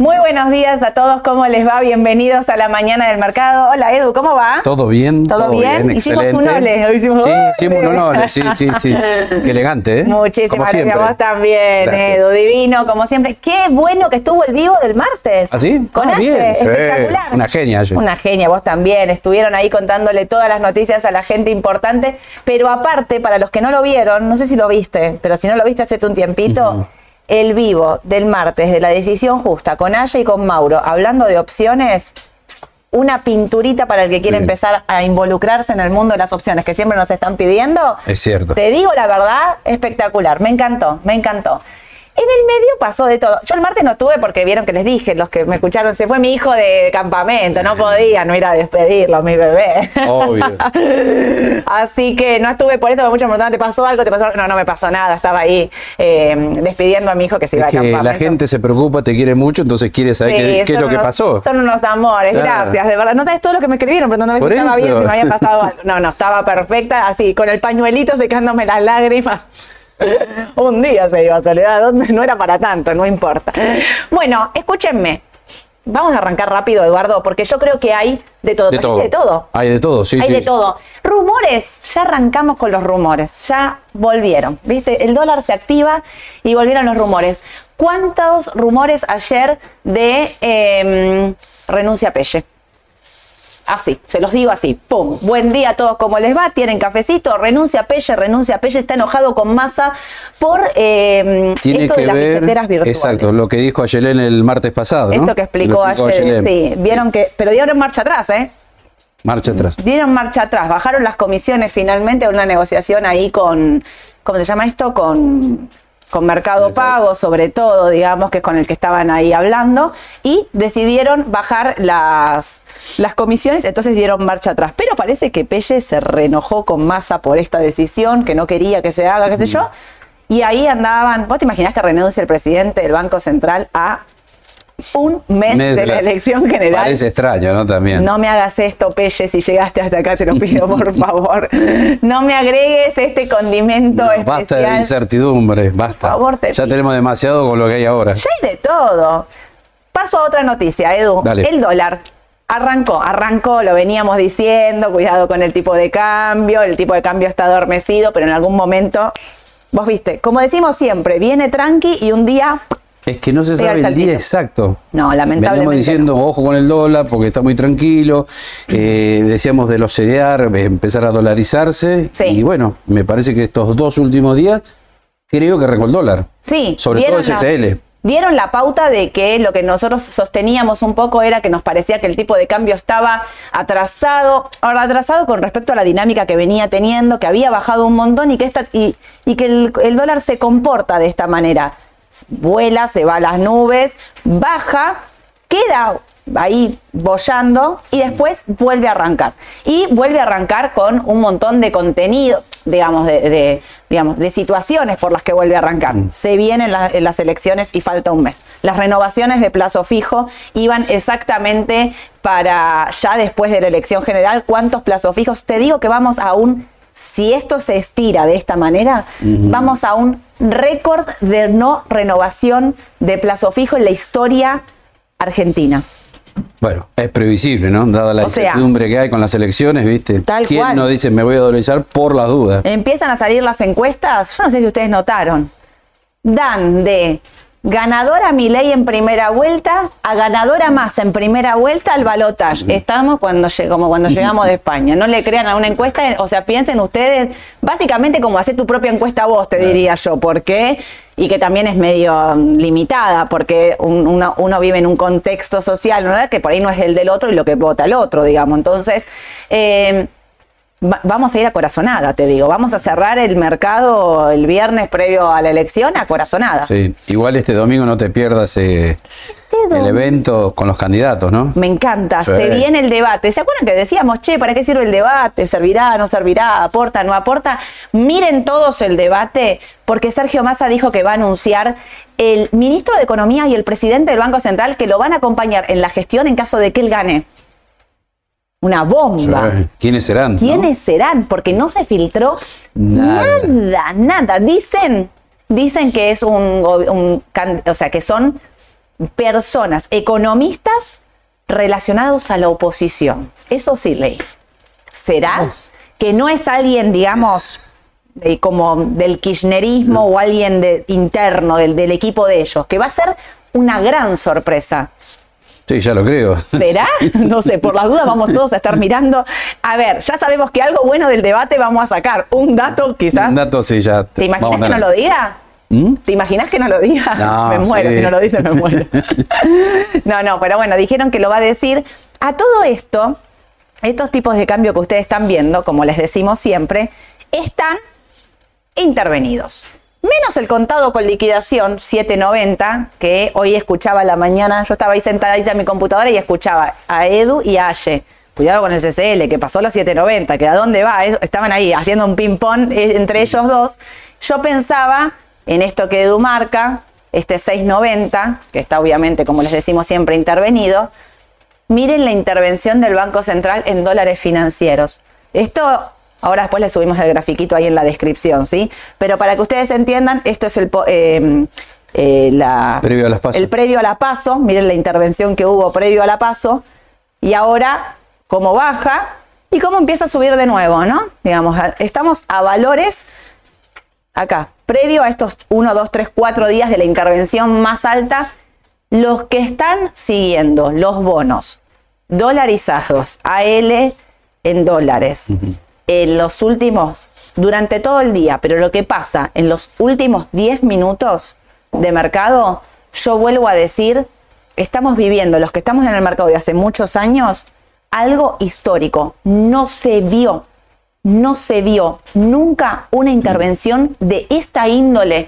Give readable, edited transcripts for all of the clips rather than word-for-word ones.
Muy buenos días a todos, ¿cómo les va? Bienvenidos a la mañana del mercado. Hola Edu, ¿cómo va? Todo bien. ¿Todo bien? Hicimos excelente. un ole. Sí, hicimos un ole, sí. Qué elegante, ¿eh? Muchísimas gracias, vos también, gracias. Edu, divino, como siempre. Qué bueno que estuvo el vivo del martes. ¿Ah, sí? Con Aye, bien. espectacular. Sí. Una genia, Aye. Una genia, vos también. Estuvieron ahí contándole todas las noticias a la gente importante. Pero aparte, para los que no lo vieron, no sé si lo viste, pero si no lo viste, hacete un tiempito. El vivo del martes de la decisión justa con Aye y con Mauro, hablando de opciones, una pinturita para el que quiere empezar a involucrarse en el mundo de las opciones que siempre nos están pidiendo. Es cierto. Te digo la verdad, espectacular. Me encantó, me encantó. En el medio pasó de todo. Yo el martes no estuve porque vieron que les dije, los que me escucharon, se fue mi hijo de campamento, no podía no ir a despedirlo, mi bebé. Obvio. Así que no estuve por eso, porque muchos me preguntaban, ¿te pasó algo? ¿Te pasó algo? No, no me pasó nada, estaba ahí despidiendo a mi hijo que se iba a campamento. La gente se preocupa, te quiere mucho, entonces quiere saber qué es lo que pasó. Son unos amores, gracias, de verdad. No sabes todo lo que me escribieron, preguntándome si estaba bien, si me había pasado algo. No, estaba perfecta, así, con el pañuelito secándome las lágrimas. Un día se iba a Soledad, no era para tanto, no importa. Bueno, escúchenme. Vamos a arrancar rápido, Eduardo, porque yo creo que hay de todo. De todo. Hay de todo. Hay de todo, sí. Hay de todo. Rumores, ya arrancamos con los rumores. Ya volvieron, ¿viste? El dólar se activa y volvieron los rumores. ¿Cuántos rumores ayer de renuncia a Pelle? Así, se los digo así, pum, buen día a todos, ¿cómo les va? ¿Tienen cafecito? Renuncia a Pelle, está enojado con Massa por esto de las billeteras virtuales. Exacto, lo que dijo Ayelén el martes pasado, ¿no? Esto que explicó ayer, sí, vieron que, pero dieron marcha atrás, ¿eh? Marcha atrás. Dieron marcha atrás, bajaron las comisiones finalmente a una negociación ahí con, ¿cómo se llama esto? Con Mercado Pago, sobre todo, digamos, que es con el que estaban ahí hablando, y decidieron bajar las comisiones, entonces dieron marcha atrás. Pero parece que Pelle se reenojó con Massa por esta decisión, que no quería que se haga, qué sé yo, y ahí andaban. ¿Vos te imaginás que renuncia el presidente del Banco Central a un mes de la elección general? Parece extraño, ¿no? También. No me hagas esto, Pelle, si llegaste hasta acá, te lo pido, por favor. No me agregues este condimento especial. Basta de incertidumbre, basta. Por favor, ya tenemos demasiado con lo que hay ahora. Ya hay de todo. Paso a otra noticia, Edu. Dale. El dólar. Arrancó, lo veníamos diciendo, cuidado con el tipo de cambio está adormecido, pero en algún momento, vos viste, como decimos siempre, viene tranqui y un día... Es que no se sabe el día exacto. No, lamentablemente. Veníamos diciendo, ojo con el dólar porque está muy tranquilo. Decíamos de los CDR, empezar a dolarizarse. Sí. Y bueno, me parece que estos 2 últimos días, creo que arrancó el dólar. Sí. Sobre todo el CCL. Dieron la pauta de que lo que nosotros sosteníamos un poco era que nos parecía que el tipo de cambio estaba atrasado. Ahora, atrasado con respecto a la dinámica que venía teniendo, que había bajado un montón y que el dólar se comporta de esta manera. Vuela, se va a las nubes, baja, queda ahí boyando y después vuelve a arrancar. Y vuelve a arrancar con un montón de contenido, digamos, de situaciones por las que vuelve a arrancar. Se vienen las elecciones y falta un mes. Las renovaciones de plazo fijo iban exactamente para ya después de la elección general. ¿Cuántos plazos fijos? Te digo que vamos a si esto se estira de esta manera, vamos a un récord de no renovación de plazo fijo en la historia argentina. Bueno, es previsible, ¿no? Dada la incertidumbre que hay con las elecciones, ¿viste? Tal ¿Quién cual. no dice me voy a dolarizar por las dudas? Empiezan a salir las encuestas, yo no sé si ustedes notaron, dan de ganadora Milei en primera vuelta a ganadora Massa en primera vuelta al balotaje. Estamos como cuando llegamos de España. No le crean a una encuesta, o sea, piensen ustedes, básicamente como hacer tu propia encuesta vos, te diría yo. ¿Por qué? Y que también es medio limitada, porque uno vive en un contexto social, ¿no? Que por ahí no es el del otro y lo que vota el otro, digamos. Entonces, vamos a ir a corazonada, te digo. Vamos a cerrar el mercado el viernes previo a la elección a corazonada. Sí, igual este domingo no te pierdas el evento con los candidatos, ¿no? Me encanta, Sí. Se viene el debate. ¿Se acuerdan que decíamos, che, ¿para qué sirve el debate? ¿Servirá, no servirá? ¿Aporta, no aporta? Miren todos el debate, porque Sergio Massa dijo que va a anunciar el ministro de Economía y el presidente del Banco Central que lo van a acompañar en la gestión en caso de que él gane. Una bomba. Sí. ¿Quiénes serán? ¿Quiénes serán? Porque no se filtró nada. Dicen que es o sea, que son personas, economistas relacionados a la oposición. Eso sí leí. ¿Será que no es alguien, digamos, como del kirchnerismo o alguien interno del equipo de ellos? Que va a ser una gran sorpresa. Sí, ya lo creo. ¿Será? No sé, por las dudas vamos todos a estar mirando. A ver, ya sabemos que algo bueno del debate vamos a sacar. Un dato quizás. Un dato, sí, ya. ¿Te imaginas que no lo diga? ¿Te imaginas que no lo diga? No, me muero, sí. Si no lo dice me muero. No, pero bueno, dijeron que lo va a decir. A todo esto, estos tipos de cambio que ustedes están viendo, como les decimos siempre, están intervenidos. Menos el contado con liquidación, 7.90, que hoy escuchaba a la mañana. Yo estaba ahí sentadita en mi computadora y escuchaba a Edu y a Aye. Cuidado con el CCL, que pasó los 7.90, que a dónde va. Estaban ahí haciendo un ping-pong entre ellos dos. Yo pensaba en esto que Edu marca, este 6.90, que está obviamente, como les decimos siempre, intervenido. Miren la intervención del Banco Central en dólares financieros. Esto, ahora después les subimos el grafiquito ahí en la descripción, ¿sí? Pero para que ustedes entiendan, esto es previo a las PASO. El previo a la PASO. Miren la intervención que hubo previo a la PASO. Y ahora, cómo baja y cómo empieza a subir de nuevo, ¿no? Digamos, estamos a valores acá, previo a estos 1, 2, 3, 4 días de la intervención más alta. Los que están siguiendo los bonos dolarizados, AL en dólares, en los últimos, durante todo el día, pero lo que pasa en los últimos 10 minutos de mercado, yo vuelvo a decir, estamos viviendo, los que estamos en el mercado de hace muchos años, algo histórico. No se vio nunca una intervención de esta índole.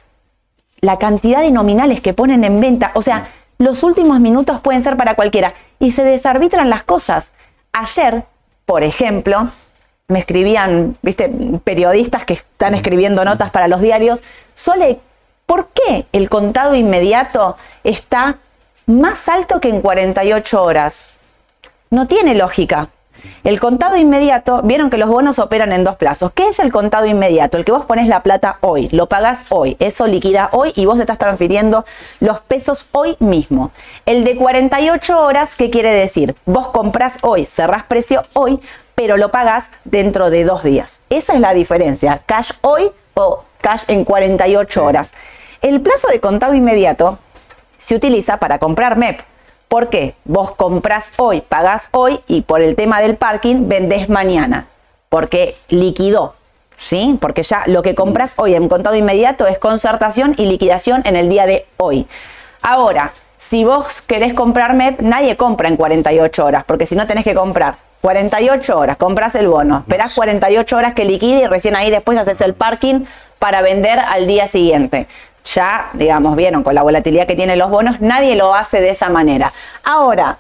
La cantidad de nominales que ponen en venta, o sea, los últimos minutos pueden ser para cualquiera y se desarbitran las cosas. Ayer, por ejemplo, me escribían, viste, periodistas que están escribiendo notas para los diarios, Sole, ¿por qué el contado inmediato está más alto que en 48 horas? No tiene lógica. El contado inmediato, vieron que los bonos operan en dos plazos. ¿Qué es el contado inmediato? El que vos ponés la plata hoy, lo pagás hoy, eso liquida hoy y vos estás transfiriendo los pesos hoy mismo. El de 48 horas, ¿qué quiere decir? Vos comprás hoy, cerrás precio hoy, pero lo pagás dentro de 2 días. Esa es la diferencia, cash hoy o cash en 48 horas. El plazo de contado inmediato se utiliza para comprar MEP. ¿Por qué? Vos comprás hoy, pagás hoy y por el tema del parking vendés mañana. Porque liquidó, ¿sí? Porque ya lo que compras hoy en contado inmediato es concertación y liquidación en el día de hoy. Ahora, si vos querés comprar MEP, nadie compra en 48 horas, porque si no tenés que comprar 48 horas, compras el bono, esperás 48 horas que liquide y recién ahí después haces el parking para vender al día siguiente. Ya, digamos, vieron, con la volatilidad que tienen los bonos, nadie lo hace de esa manera. Ahora,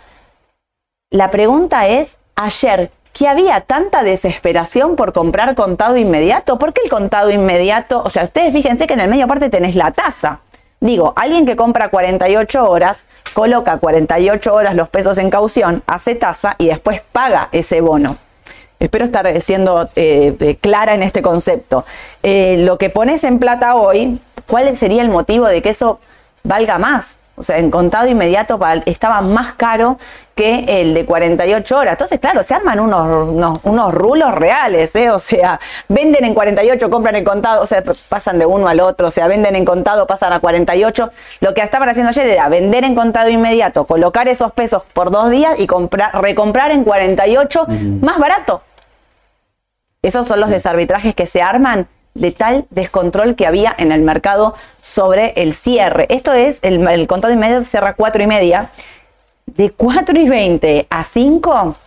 la pregunta es, ayer, ¿que había tanta desesperación por comprar contado inmediato? ¿Por qué el contado inmediato? O sea, ustedes fíjense que en el medio aparte tenés la tasa. Digo, alguien que compra 48 horas, coloca 48 horas los pesos en caución, hace tasa y después paga ese bono. Espero estar siendo clara en este concepto. Lo que pones en plata hoy, ¿cuál sería el motivo de que eso valga más? O sea, en contado inmediato estaba más caro que el de 48 horas. Entonces, claro, se arman unos rulos reales, ¿eh? O sea, venden en 48, compran en contado, o sea, pasan de uno al otro. O sea, venden en contado, pasan a 48. Lo que estaban haciendo ayer era vender en contado inmediato, colocar esos pesos por 2 días y recomprar en 48 más barato. Esos son los desarbitrajes que se arman de tal descontrol que había en el mercado sobre el cierre. Esto es, el contado inmediato cierra 4.30. De 4.20 a 5,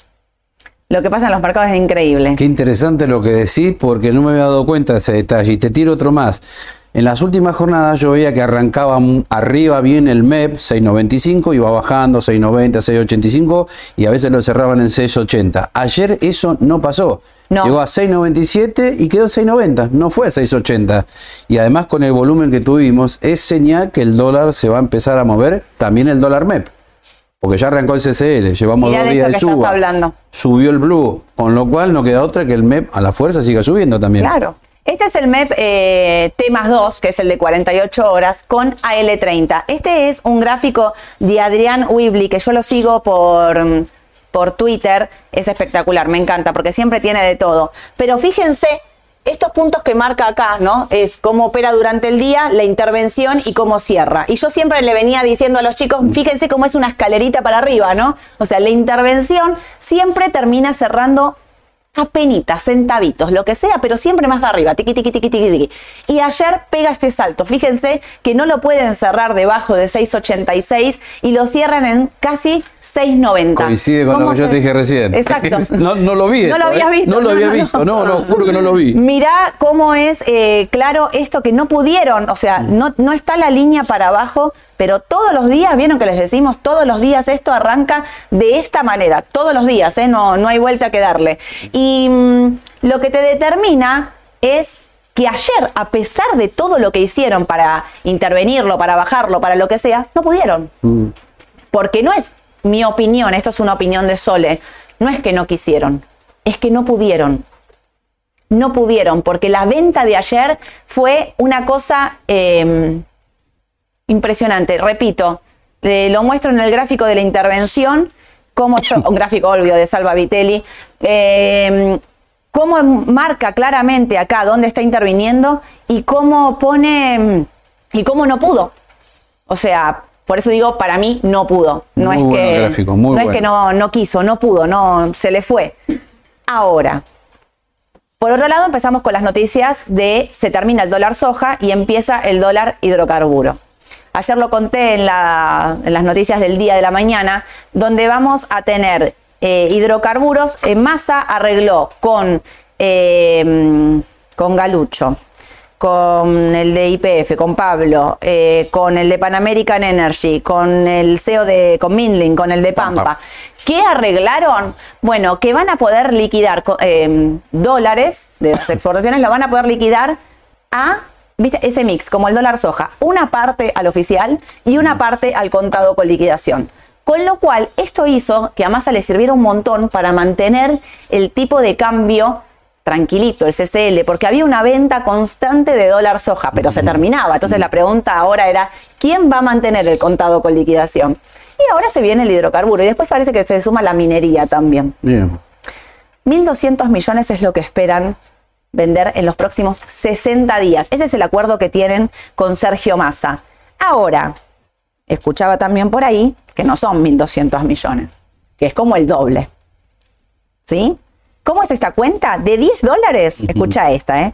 lo que pasa en los mercados es increíble. Qué interesante lo que decís, porque no me había dado cuenta de ese detalle. Y te tiro otro más. En las últimas jornadas yo veía que arrancaba arriba bien el MEP, 6.95, iba bajando 6.90, 6.85 y a veces lo cerraban en 6.80. Ayer eso no pasó. No. Llegó a 6.97 y quedó 6.90, no fue a 6.80. Y además con el volumen que tuvimos, es señal que el dólar se va a empezar a mover, también el dólar MEP. Porque ya arrancó el CCL, llevamos 2 días de suba, subió el Blue, con lo cual no queda otra que el MEP a la fuerza siga subiendo también. Claro. Este es el MEP T+2, que es el de 48 horas, con AL30. Este es un gráfico de Adrián Wibli, que yo lo sigo por Twitter. Es espectacular, me encanta, porque siempre tiene de todo. Pero fíjense, estos puntos que marca acá, ¿no? Es cómo opera durante el día, la intervención y cómo cierra. Y yo siempre le venía diciendo a los chicos, fíjense cómo es una escalerita para arriba, ¿no? O sea, la intervención siempre termina cerrando apenitas, centavitos, lo que sea, pero siempre más para arriba, tiqui, tiqui, tiqui, tiqui, tiqui. Y ayer pega este salto. Fíjense que no lo pueden cerrar debajo de 6.86 y lo cierran en casi 6.90. Coincide con lo que yo te dije recién. Exacto. No lo vi. No lo habías visto. No lo había visto. No, juro que no lo vi. Mirá cómo es claro esto que no pudieron, o sea, no está la línea para abajo, pero todos los días, ¿vieron que les decimos? Todos los días esto arranca de esta manera, todos los días, no hay vuelta que darle. Y lo que te determina es que ayer, a pesar de todo lo que hicieron para intervenirlo, para bajarlo, para lo que sea, no pudieron. Porque no es mi opinión, esto es una opinión de Sole, no es que no quisieron, es que no pudieron. No pudieron, porque la venta de ayer fue una cosa impresionante. Repito, lo muestro en el gráfico de la intervención, como un gráfico obvio de Salva Vitelli, cómo marca claramente acá dónde está interviniendo y cómo pone y cómo no pudo. O sea, por eso digo, para mí no pudo. No es que gráfico, muy no es que no quiso, no pudo, no se le fue. Ahora, por otro lado, empezamos con las noticias de se termina el dólar soja y empieza el dólar hidrocarburo. Ayer lo conté en las noticias del día de la mañana, donde vamos a tener hidrocarburos. Massa arregló con Galucho, con el de YPF, con Pablo, con el de Pan American Energy, con el CEO con Mindlin, con el de Pampa. ¿Qué arreglaron? Bueno, que van a poder liquidar dólares de las exportaciones, lo van a poder liquidar a, ¿viste? Ese mix, como el dólar soja, una parte al oficial y una parte al contado con liquidación. Con lo cual, esto hizo que a Massa le sirviera un montón para mantener el tipo de cambio tranquilito, el CCL, porque había una venta constante de dólar soja, pero se terminaba. Entonces la pregunta ahora era, ¿quién va a mantener el contado con liquidación? Y ahora se viene el hidrocarburo y después parece que se suma la minería también. Bien. 1.200 millones es lo que esperan vender en los próximos 60 días. Ese es el acuerdo que tienen con Sergio Massa. Ahora, escuchaba también por ahí que no son 1.200 millones, que es como el doble. ¿Sí? ¿Cómo es esta cuenta? De $10, escucha esta,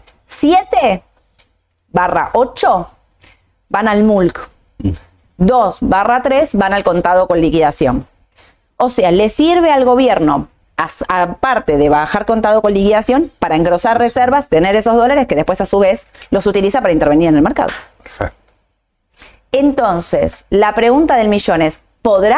7/8 van al MULC. 2/3 van al contado con liquidación. O sea, le sirve al gobierno, aparte de bajar contado con liquidación, para engrosar reservas, tener esos dólares que después a su vez los utiliza para intervenir en el mercado. Perfecto. Entonces, la pregunta del millón es, ¿podrá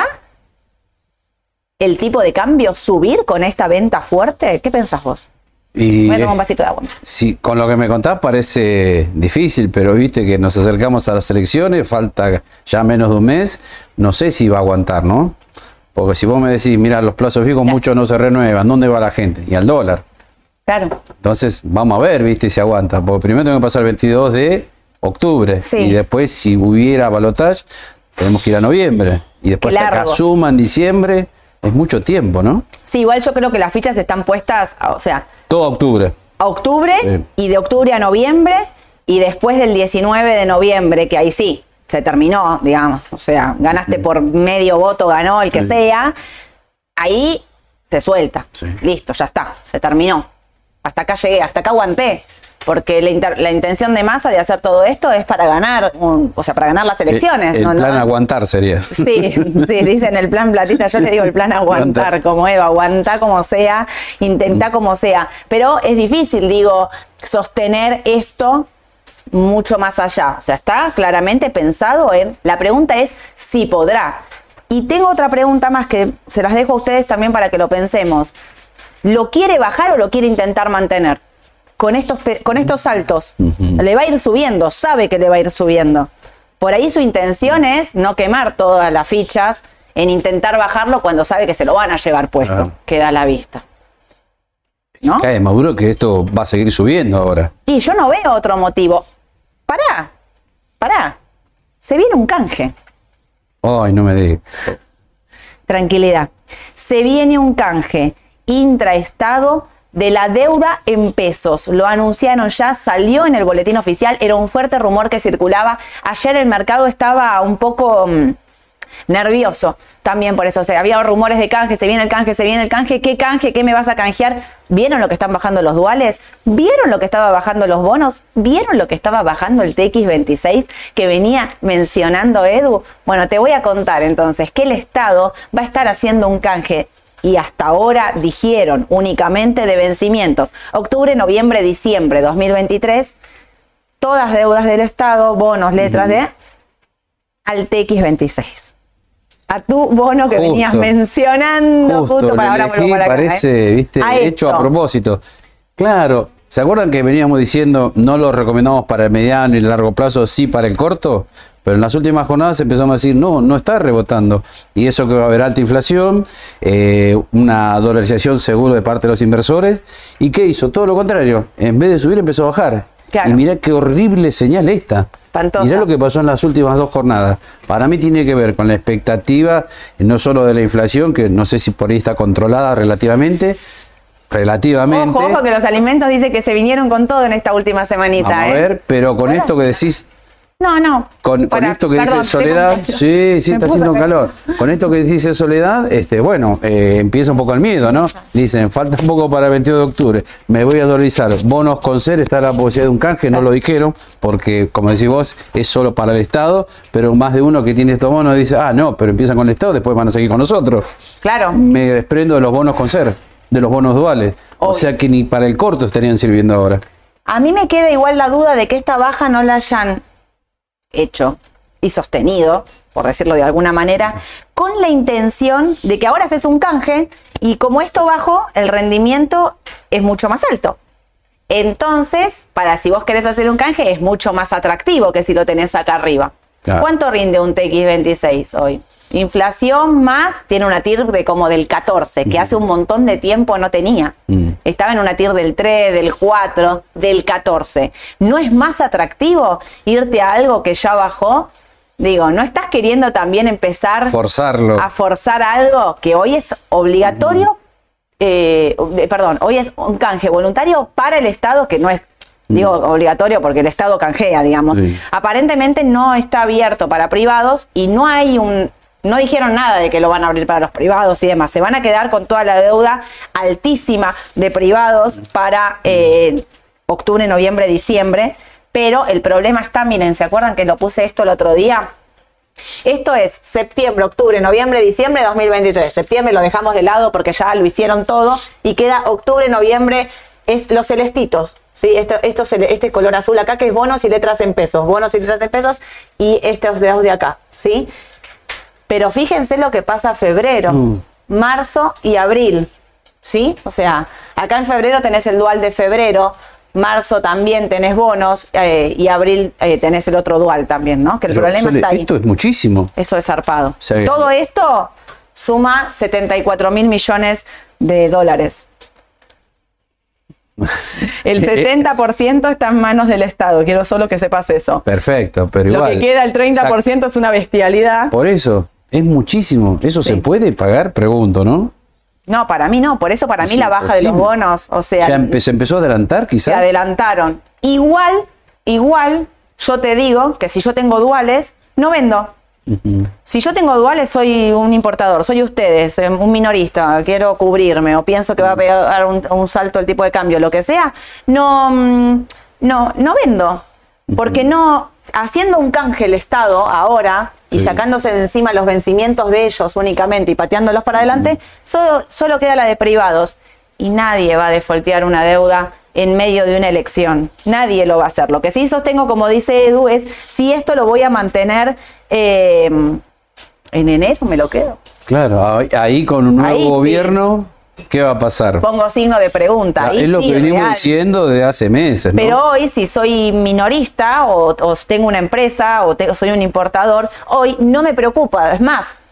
el tipo de cambio subir con esta venta fuerte? ¿Qué pensás vos? Voy a tomar un vasito de agua. Sí, con lo que me contás parece difícil, pero viste que nos acercamos a las elecciones, falta ya menos de un mes, no sé si va a aguantar, ¿no? Porque si vos me decís, mira, los plazos fijos muchos no se renuevan, ¿dónde va la gente? Y al dólar. Claro. Entonces, vamos a ver, viste, si aguanta, porque primero tengo que pasar el 22 de octubre, sí. Y después, si hubiera balotaje, tenemos que ir a noviembre, y después que acá suma en diciembre, es mucho tiempo, ¿no? Sí, igual yo creo que las fichas están puestas, o sea... Todo octubre. A octubre, sí. Y de octubre a noviembre, y después del 19 de noviembre, que ahí sí, se terminó, digamos, o sea, ganaste por medio voto, ganó el que sea, ahí se suelta. Sí. Listo, ya está, se terminó. Hasta acá llegué, hasta acá aguanté. Porque la intención de Massa de hacer todo esto es para ganar, o sea, para ganar las elecciones. El plan aguantar sería. Sí, dicen el plan platita, yo le digo el plan aguantar, como Eva, aguantá como sea, intentá como sea. Pero es difícil, digo, sostener esto mucho más allá. O sea, está claramente pensado en, la pregunta es si podrá. Y tengo otra pregunta más que se las dejo a ustedes también para que lo pensemos. ¿Lo quiere bajar o lo quiere intentar mantener? Con estos saltos, le va a ir subiendo, sabe que le va a ir subiendo. Por ahí su intención es no quemar todas las fichas en intentar bajarlo cuando sabe que se lo van a llevar puesto, queda a la vista. ¿no? Cae Maduro que esto va a seguir subiendo ahora. Y yo no veo otro motivo. Pará. Se viene un canje. Ay, no me digas. Tranquilidad. Se viene un canje intraestado de la deuda en pesos. Lo anunciaron ya, salió en el boletín oficial, era un fuerte rumor que circulaba. Ayer el mercado estaba un poco nervioso también por eso. O sea, había rumores de canje, se viene el canje, se viene el canje. ¿Qué canje? ¿Qué me vas a canjear? ¿Vieron lo que están bajando los duales? ¿Vieron lo que estaba bajando los bonos? ¿Vieron lo que estaba bajando el TX26 que venía mencionando Edu? Bueno, te voy a contar entonces que el Estado va a estar haciendo un canje. Y hasta ahora dijeron únicamente de vencimientos. Octubre, noviembre, diciembre 2023. Todas deudas del Estado, bonos, letras de al TX26. A tu bono que venías mencionando justo para ahora vuelvo para acá, parece, viste, hecho a propósito. Claro, ¿se acuerdan que veníamos diciendo no lo recomendamos para el mediano y el largo plazo, sí para el corto? Pero en las últimas jornadas empezamos a decir, no está rebotando. Y eso que va a haber alta inflación, una dolarización seguro de parte de los inversores. ¿Y qué hizo? Todo lo contrario. En vez de subir, empezó a bajar. Claro. Y mirá qué horrible señal esta. Espantosa. Mirá lo que pasó en las últimas 2 jornadas. Para mí tiene que ver con la expectativa, no solo de la inflación, que no sé si por ahí está controlada relativamente. Ojo, que los alimentos dice que se vinieron con todo en esta última semanita. Vamos a ver, pero con esto que decís... No. Con esto que dice Soledad, sí, está haciendo calor. Con esto que dice Soledad, empieza un poco el miedo, ¿no? Dicen, falta un poco para el 22 de octubre, me voy a dolarizar. Bonos con ser, está la posibilidad de un canje, no lo dijeron, porque como decís vos, es solo para el Estado, pero más de uno que tiene estos bonos dice, no, pero empiezan con el Estado, después van a seguir con nosotros. Claro. Me desprendo de los bonos con ser, de los bonos duales. Obvio. O sea que ni para el corto estarían sirviendo ahora. A mí me queda igual la duda de que esta baja no la hayan hecho y sostenido, por decirlo de alguna manera, con la intención de que ahora haces un canje y como esto bajó, el rendimiento es mucho más alto. Entonces, si vos querés hacer un canje, es mucho más atractivo que si lo tenés acá arriba. Claro. ¿Cuánto rinde un TX26 hoy? Inflación más, tiene una TIR de como del 14, que hace un montón de tiempo no tenía. Estaba en una TIR del 3, del 4, del 14. ¿No es más atractivo irte a algo que ya bajó? Digo, ¿no estás queriendo también empezar a forzar algo que hoy es obligatorio? Hoy es un canje voluntario para el Estado, que no es... Digo obligatorio porque el Estado canjea, digamos. Sí. Aparentemente no está abierto para privados y no dijeron nada de que lo van a abrir para los privados y demás. Se van a quedar con toda la deuda altísima de privados para octubre, noviembre, diciembre. Pero el problema está, miren, ¿se acuerdan que lo puse esto el otro día? Esto es septiembre, octubre, noviembre, diciembre de 2023. Septiembre lo dejamos de lado porque ya lo hicieron todo y queda octubre, noviembre, es los celestitos. ¿Sí? Este color azul acá que es bonos y letras en pesos. Bonos y letras en pesos y estos dedos de acá. ¿Sí? Pero fíjense lo que pasa febrero, marzo y abril. ¿Sí? O sea, acá en febrero tenés el dual de febrero, marzo también tenés bonos y abril tenés el otro dual también, ¿no? Que el problema está ahí. Esto es muchísimo. Eso es zarpado. Sí. Todo esto suma 74.000 millones de dólares. El 70% está en manos del Estado. Quiero solo que sepas eso. Perfecto, pero igual. Lo que queda, el 30%, es una bestialidad. Por eso, es muchísimo. ¿Eso se puede pagar? Pregunto, ¿no? No, para mí no. Por eso para mí la baja de los bonos, o sea... ¿Se empezó a adelantar quizás? Se adelantaron. Igual, yo te digo que si yo tengo duales, no vendo. Si yo tengo duales, soy un importador, soy ustedes, soy un minorista, quiero cubrirme o pienso que va a pegar un salto el tipo de cambio, lo que sea, no vendo. Porque no, haciendo un canje el Estado ahora y sacándose de encima los vencimientos de ellos únicamente y pateándolos para adelante, solo queda la de privados. Y nadie va a defoltear una deuda en medio de una elección. Nadie lo va a hacer. Lo que sí sostengo, como dice Edu, es si esto lo voy a mantener en enero, me lo quedo. Claro, ahí con un nuevo gobierno, ¿qué va a pasar? Pongo signo de pregunta. Es lo que venimos diciendo desde hace meses, ¿no? Pero hoy, si soy minorista o tengo una empresa o soy un importador, hoy no me preocupa. Es más,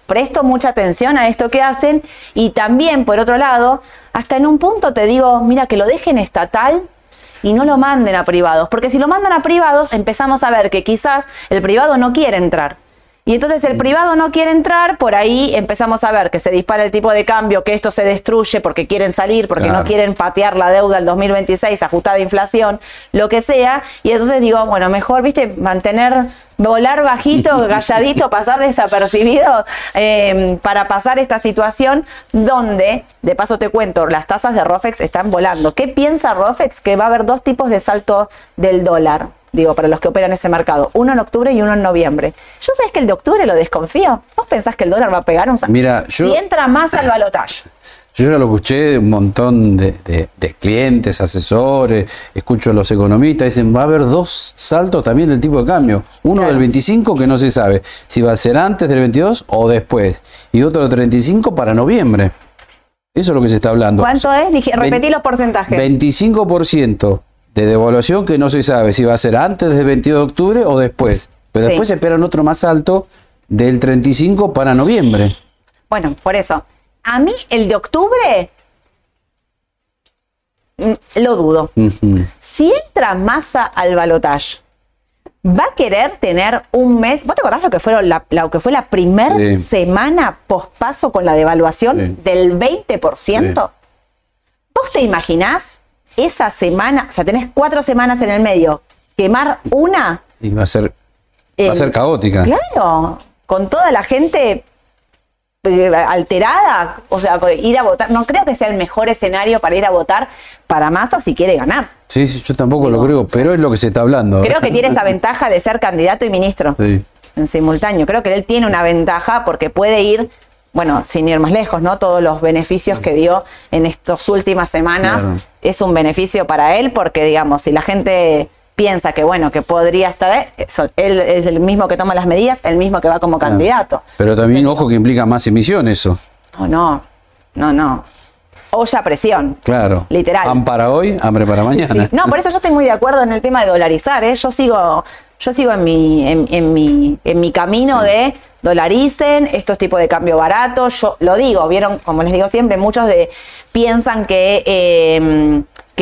presto mucha atención a esto que hacen y también, por otro lado, hasta en un punto te digo, mira, que lo dejen estatal y no lo manden a privados, porque si lo mandan a privados empezamos a ver que quizás el privado no quiere entrar. Y entonces el privado no quiere entrar, por ahí empezamos a ver que se dispara el tipo de cambio, que esto se destruye porque quieren salir, porque no quieren patear la deuda del 2026, ajustada a inflación, lo que sea. Y entonces digo, bueno, mejor, viste, volar bajito, calladito, pasar desapercibido para pasar esta situación donde, de paso te cuento, las tasas de ROFEX están volando. ¿Qué piensa ROFEX? Que va a haber dos tipos de salto del dólar. Digo, para los que operan ese mercado. Uno en octubre y uno en noviembre. Yo sabes que el de octubre lo desconfío. ¿Vos pensás que el dólar va a pegar un salto? Mira, si entra más al balotaje. Yo ya lo escuché de un montón de clientes, asesores, escucho a los economistas, dicen, va a haber dos saltos también del tipo de cambio. Uno del 25 que no se sabe si va a ser antes del 22 o después. Y otro del 35 para noviembre. Eso es lo que se está hablando. ¿Cuánto es? Repetí los porcentajes. 25%. De devaluación que no se sabe si va a ser antes del 22 de octubre o después. Pero después se esperan otro más alto del 35 para noviembre. Bueno, por eso. A mí el de octubre lo dudo. Si entra Massa al balotaje, va a querer tener un mes. ¿Vos te acordás lo que fue la primera semana pospaso con la devaluación del 20%? ¿Vos te imaginás esa semana? O sea, tenés 4 semanas en el medio. Quemar una. Y va a ser caótica. Claro, con toda la gente alterada. O sea, ir a votar. No creo que sea el mejor escenario para ir a votar para Massa si quiere ganar. Sí, yo tampoco lo creo, pero es lo que se está hablando. Creo que tiene esa ventaja de ser candidato y ministro en simultáneo. Creo que él tiene una ventaja porque puede ir, bueno, sin ir más lejos, ¿no? Todos los beneficios que dio en estas últimas semanas es un beneficio para él porque, digamos, si la gente piensa que, bueno, que podría estar, él es el mismo que toma las medidas, el mismo que va como candidato. Pero también, ojo, que implica más emisión eso. No. Olla a presión. Claro. Literal. Pan para hoy, hambre para mañana. No, por eso yo estoy muy de acuerdo en el tema de dolarizar, ¿eh? Yo sigo en mi camino de dolaricen, estos tipos de cambio barato. Yo lo digo, vieron, como les digo siempre, muchos piensan que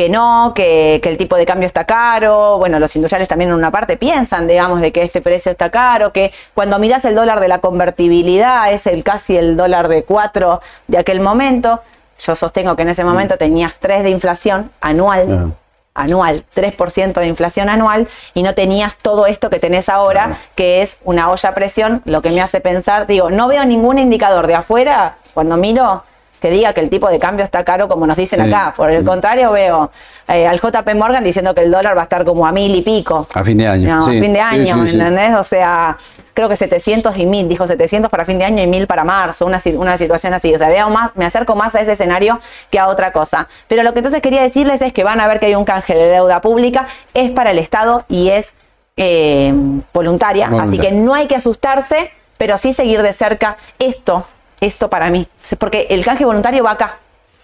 el tipo de cambio está caro. Bueno, los industriales también en una parte piensan, digamos, de que este precio está caro, que cuando mirás el dólar de la convertibilidad es casi el dólar de 4 de aquel momento. Yo sostengo que en ese momento tenías 3 de inflación anual. Anual, 3% de inflación anual, y no tenías todo esto que tenés ahora, que es una olla a presión, lo que me hace pensar, digo, no veo ningún indicador de afuera, cuando miro, que diga que el tipo de cambio está caro como nos dicen acá. Por el contrario, veo al JP Morgan diciendo que el dólar va a estar como a 1000 y pico. A fin de año. No, a fin de año, ¿entendés? O sea, creo que 700 y 1000, dijo 700 para fin de año y 1000 para marzo, una situación así. O sea, me acerco más a ese escenario que a otra cosa. Pero lo que entonces quería decirles es que van a ver que hay un canje de deuda pública, es para el Estado y es voluntaria, así que no hay que asustarse, pero sí seguir de cerca esto para mí, porque el canje voluntario va acá,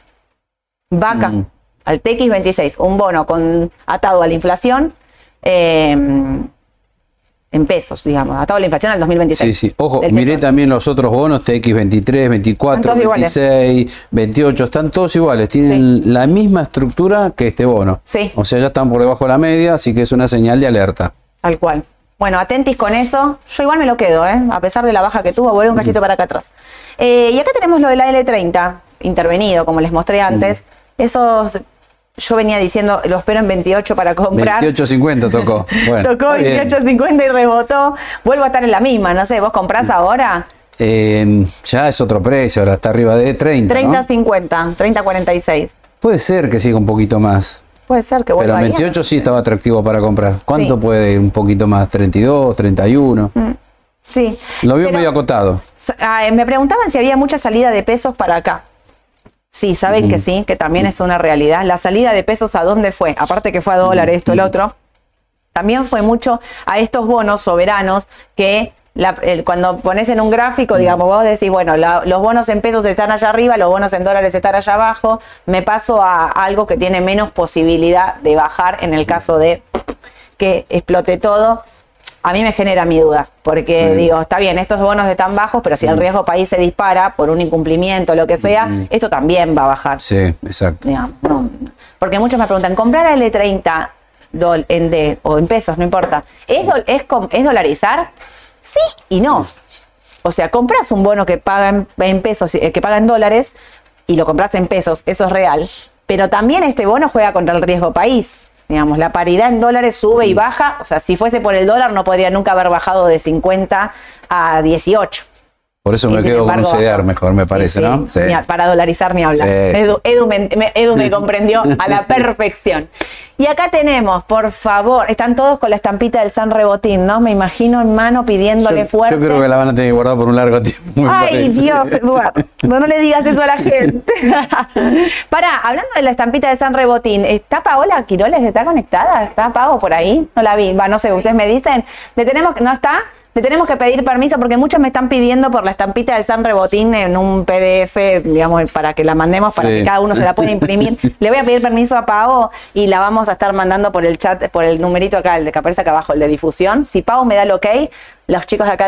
al TX26, un bono atado a la inflación, en pesos, digamos, atado a la inflación al 2026. Sí, ojo, miré también los otros bonos, TX23, 24, 26, 28, están todos iguales, tienen la misma estructura que este bono. O sea, ya están por debajo de la media, así que es una señal de alerta. Tal cual. Bueno, atentis con eso. Yo igual me lo quedo, a pesar de la baja que tuvo, vuelve un cachito para acá atrás. Y acá tenemos lo de la L30, intervenido, como les mostré antes. Esos, yo venía diciendo, lo espero en 28 para comprar. 28.50 tocó. Bueno, tocó 28.50 y rebotó. Vuelvo a estar en la misma, no sé, ¿vos comprás ahora? Ya es otro precio, ahora está arriba de 30, 30.50, 30.46. Puede ser que siga un poquito más. Puede ser que vuelva. Pero 28 sí estaba atractivo para comprar. ¿Cuánto puede ir un poquito más? 32, 31. Sí. Lo veo medio acotado. Me preguntaban si había mucha salida de pesos para acá. Sí, saben que sí, que también es una realidad. La salida de pesos, ¿a dónde fue? Aparte que fue a dólares, esto, el otro. También fue mucho a estos bonos soberanos que cuando pones en un gráfico, digamos, vos decís, bueno, los bonos en pesos están allá arriba, los bonos en dólares están allá abajo, me paso a algo que tiene menos posibilidad de bajar en el caso de que explote todo. a mí me genera mi duda, porque digo, está bien, estos bonos están bajos, pero si el riesgo país se dispara por un incumplimiento, lo que sea, esto también va a bajar. Sí, exacto. Digamos, no. Porque muchos me preguntan, ¿comprar a L30 en D o en pesos, no importa, ¿es dolarizar? Sí y no. O sea, compras un bono que paga en pesos, que paga en dólares, y lo compras en pesos, eso es real, pero también este bono juega contra el riesgo país. Digamos, la paridad en dólares sube y baja. O sea, si fuese por el dólar no podría nunca haber bajado de 50 a 18. Por eso me quedo con un CDR mejor, me parece, ¿no? Sí. Para dolarizar ni hablar. Sí. Edu me comprendió a la perfección. Y acá tenemos, por favor, están todos con la estampita del San Rebotín, ¿no? Me imagino en mano pidiéndole fuerte. Yo creo que la van a tener que guardar por un largo tiempo. Ay, Dios, Eduardo, no le digas eso a la gente. Pará, hablando de la estampita de San Rebotín, ¿está Paola Quiroles? ¿Está conectada? ¿Está Pau por ahí? No la vi, no sé, ustedes me dicen. ¿No está? Le tenemos que pedir permiso porque muchos me están pidiendo por la estampita del San Rebotín en un PDF, digamos, para que la mandemos, para que cada uno se la pueda imprimir. Le voy a pedir permiso a Pau y la vamos a estar mandando por el chat, por el numerito acá, el de que aparece acá abajo, el de difusión. Si Pau me da el ok, los chicos de acá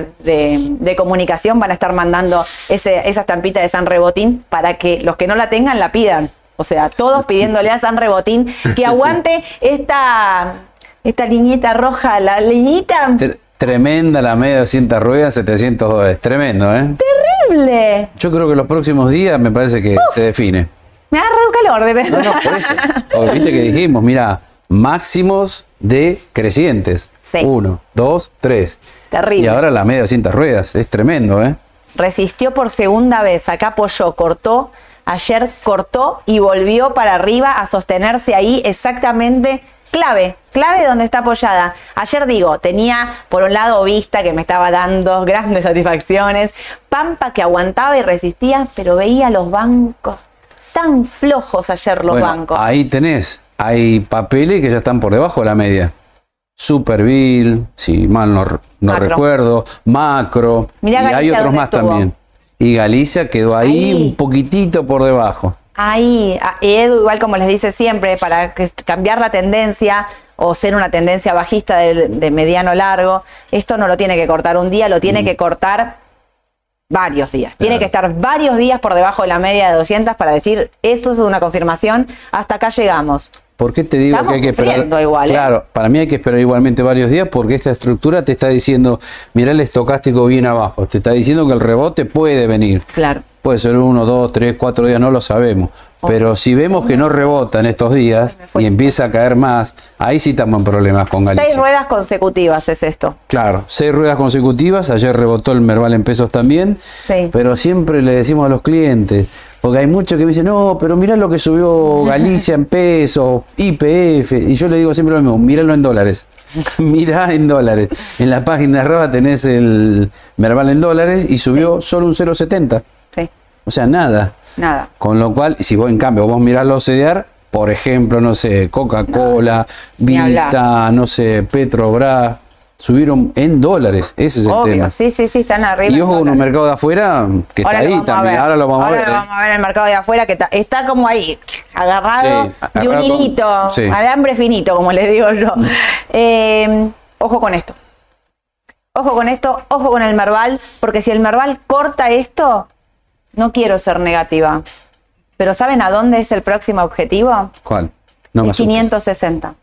de comunicación van a estar mandando esa estampita de San Rebotín para que los que no la tengan la pidan. O sea, todos pidiéndole a San Rebotín que aguante esta liñita roja, la liñita... Tremenda la media de 200 ruedas, $700. Tremendo, ¿eh? ¡Terrible! Yo creo que los próximos días me parece que se define. Me agarra un calor de verdad. No, por eso. Porque viste que dijimos, mira, máximos decrecientes. Sí. 1, 2, 3. Terrible. Y ahora la media de 200 ruedas. Es tremendo, ¿eh? Resistió por segunda vez. Acá apoyó, cortó. Ayer cortó y volvió para arriba a sostenerse ahí exactamente. Clave donde está apoyada. Ayer tenía por un lado Vista que me estaba dando grandes satisfacciones, Pampa que aguantaba y resistía, pero veía los bancos tan flojos ayer los bancos. Ahí tenés, hay papeles que ya están por debajo de la media. Superville, si mal no recuerdo, Macro, Mirá, y hay otros más estuvo también. Y Galicia quedó ahí un poquitito por debajo. Ahí, Edu, igual como les dice siempre, para cambiar la tendencia o ser una tendencia bajista de mediano largo, esto no lo tiene que cortar un día, lo tiene que cortar varios días. Claro. Tiene que estar varios días por debajo de la media de 200 para decir, eso es una confirmación, hasta acá llegamos. ¿Por qué te digo que hay que esperar? Igual, claro, para mí hay que esperar igualmente varios días porque esta estructura te está diciendo, mirá el estocástico bien abajo, te está diciendo que el rebote puede venir. Claro. Puede ser 1, 2, 3, 4 días, no lo sabemos. Pero si vemos que no rebota en estos días y empieza a caer más, ahí sí estamos en problemas con Galicia. 6 ruedas consecutivas es esto. Claro, 6 ruedas consecutivas. Ayer rebotó el Merval en pesos también. Sí. Pero siempre le decimos a los clientes, porque hay muchos que me dicen, no, pero mirá lo que subió Galicia en pesos, YPF. Y yo le digo siempre lo mismo, míralo en dólares. Mirá en dólares. En la página de arriba tenés el Merval en dólares y subió solo un 0,70. Sí. O sea, nada. Nada. Con lo cual, si vos en cambio vos mirás los CDR, por ejemplo, no sé, Coca-Cola, Vita, no sé, Petrobras, subieron en dólares. Ese es el tema. Sí, están arriba. Y ojo con un mercado de afuera que ahora está ahí también. Ahora lo vamos a ver. Ahora vamos a ver el mercado de afuera que está como ahí, agarrado de un hilito, alambre finito, como les digo yo. Ojo con esto. Ojo con esto, ojo con el Merval, porque si el Merval corta esto, no quiero ser negativa, pero ¿saben a dónde es el próximo objetivo? ¿Cuál? No me asustes. 560.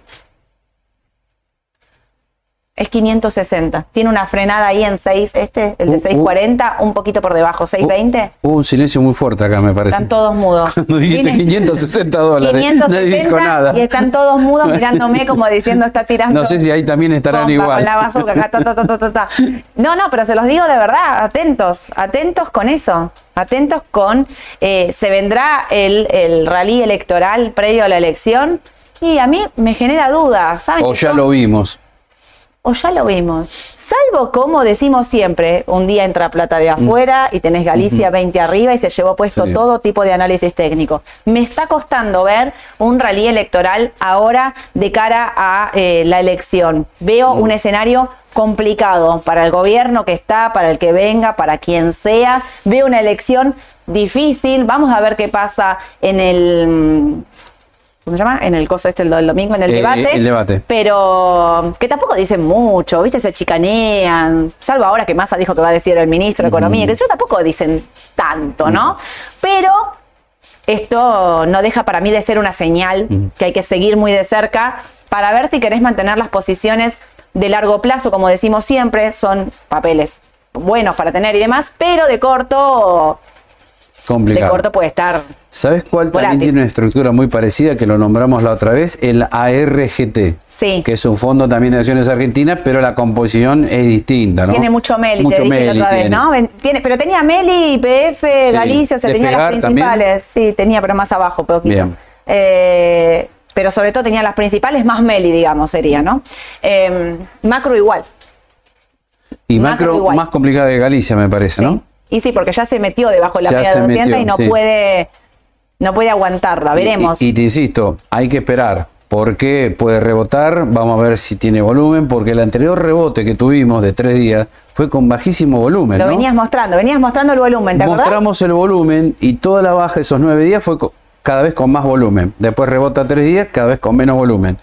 Es 560. Tiene una frenada ahí en 6, el de 640, un poquito por debajo, 620. Hubo un silencio muy fuerte acá, me parece. Están todos mudos. Cuando dijiste $560, 560 nadie dijo nada. Y están todos mudos mirándome como diciendo, está tirando. No sé si ahí también estarán igual. Con la bazooka acá, No, pero se los digo de verdad, atentos con eso. Atentos con, se vendrá el rally electoral previo a la elección y a mí me genera dudas. ¿Saben? O ya lo vimos. O ya lo vimos. Salvo como decimos siempre, un día entra plata de afuera y tenés Galicia 20 arriba y se llevó puesto todo tipo de análisis técnico. Me está costando ver un rally electoral ahora de cara a la elección. Veo un escenario complicado para el gobierno que está, para el que venga, para quien sea. Veo una elección difícil. Vamos a ver qué pasa en ¿cómo se llama? En el coso este del domingo, en el debate. El debate. Pero que tampoco dicen mucho, ¿viste? Se chicanean. Salvo ahora que Massa dijo que va a decir el ministro de Economía, que yo tampoco dicen tanto, ¿no? Pero esto no deja para mí de ser una señal que hay que seguir muy de cerca para ver si querés mantener las posiciones de largo plazo, como decimos siempre, son papeles buenos para tener y demás, pero de corto... Complicado. De corto puede estar. ¿Sabes cuál volátil. también tiene una estructura muy parecida que lo nombramos la otra vez? El ARGT. Sí. Que es un fondo también de acciones argentinas, pero la composición es distinta, ¿no? Tiene mucho Meli, Mucho te dije Meli la otra vez, tiene. ¿no? Pero tenía Meli, IPF, Galicia, o sea, tenía las Despegar principales. también. Sí, tenía, pero más abajo, poquito. Bien. Pero sobre todo tenía las principales, más Meli, digamos, sería, ¿no? Macro igual. Y Macro macro igual. más complicada de Galicia, me parece, Sí. ¿no? Y sí, porque ya se metió debajo de la Ya media de se 200 metió, y no puede aguantarla. Veremos. Y te insisto, hay que esperar, porque puede rebotar, vamos a ver si tiene volumen, porque el anterior rebote que tuvimos de 3 días fue con bajísimo volumen, Lo ¿no? venías mostrando el volumen, ¿te acordás? Mostramos el volumen y toda la baja de esos 9 días fue cada vez con más volumen. Después rebota 3 días, cada vez con menos volumen.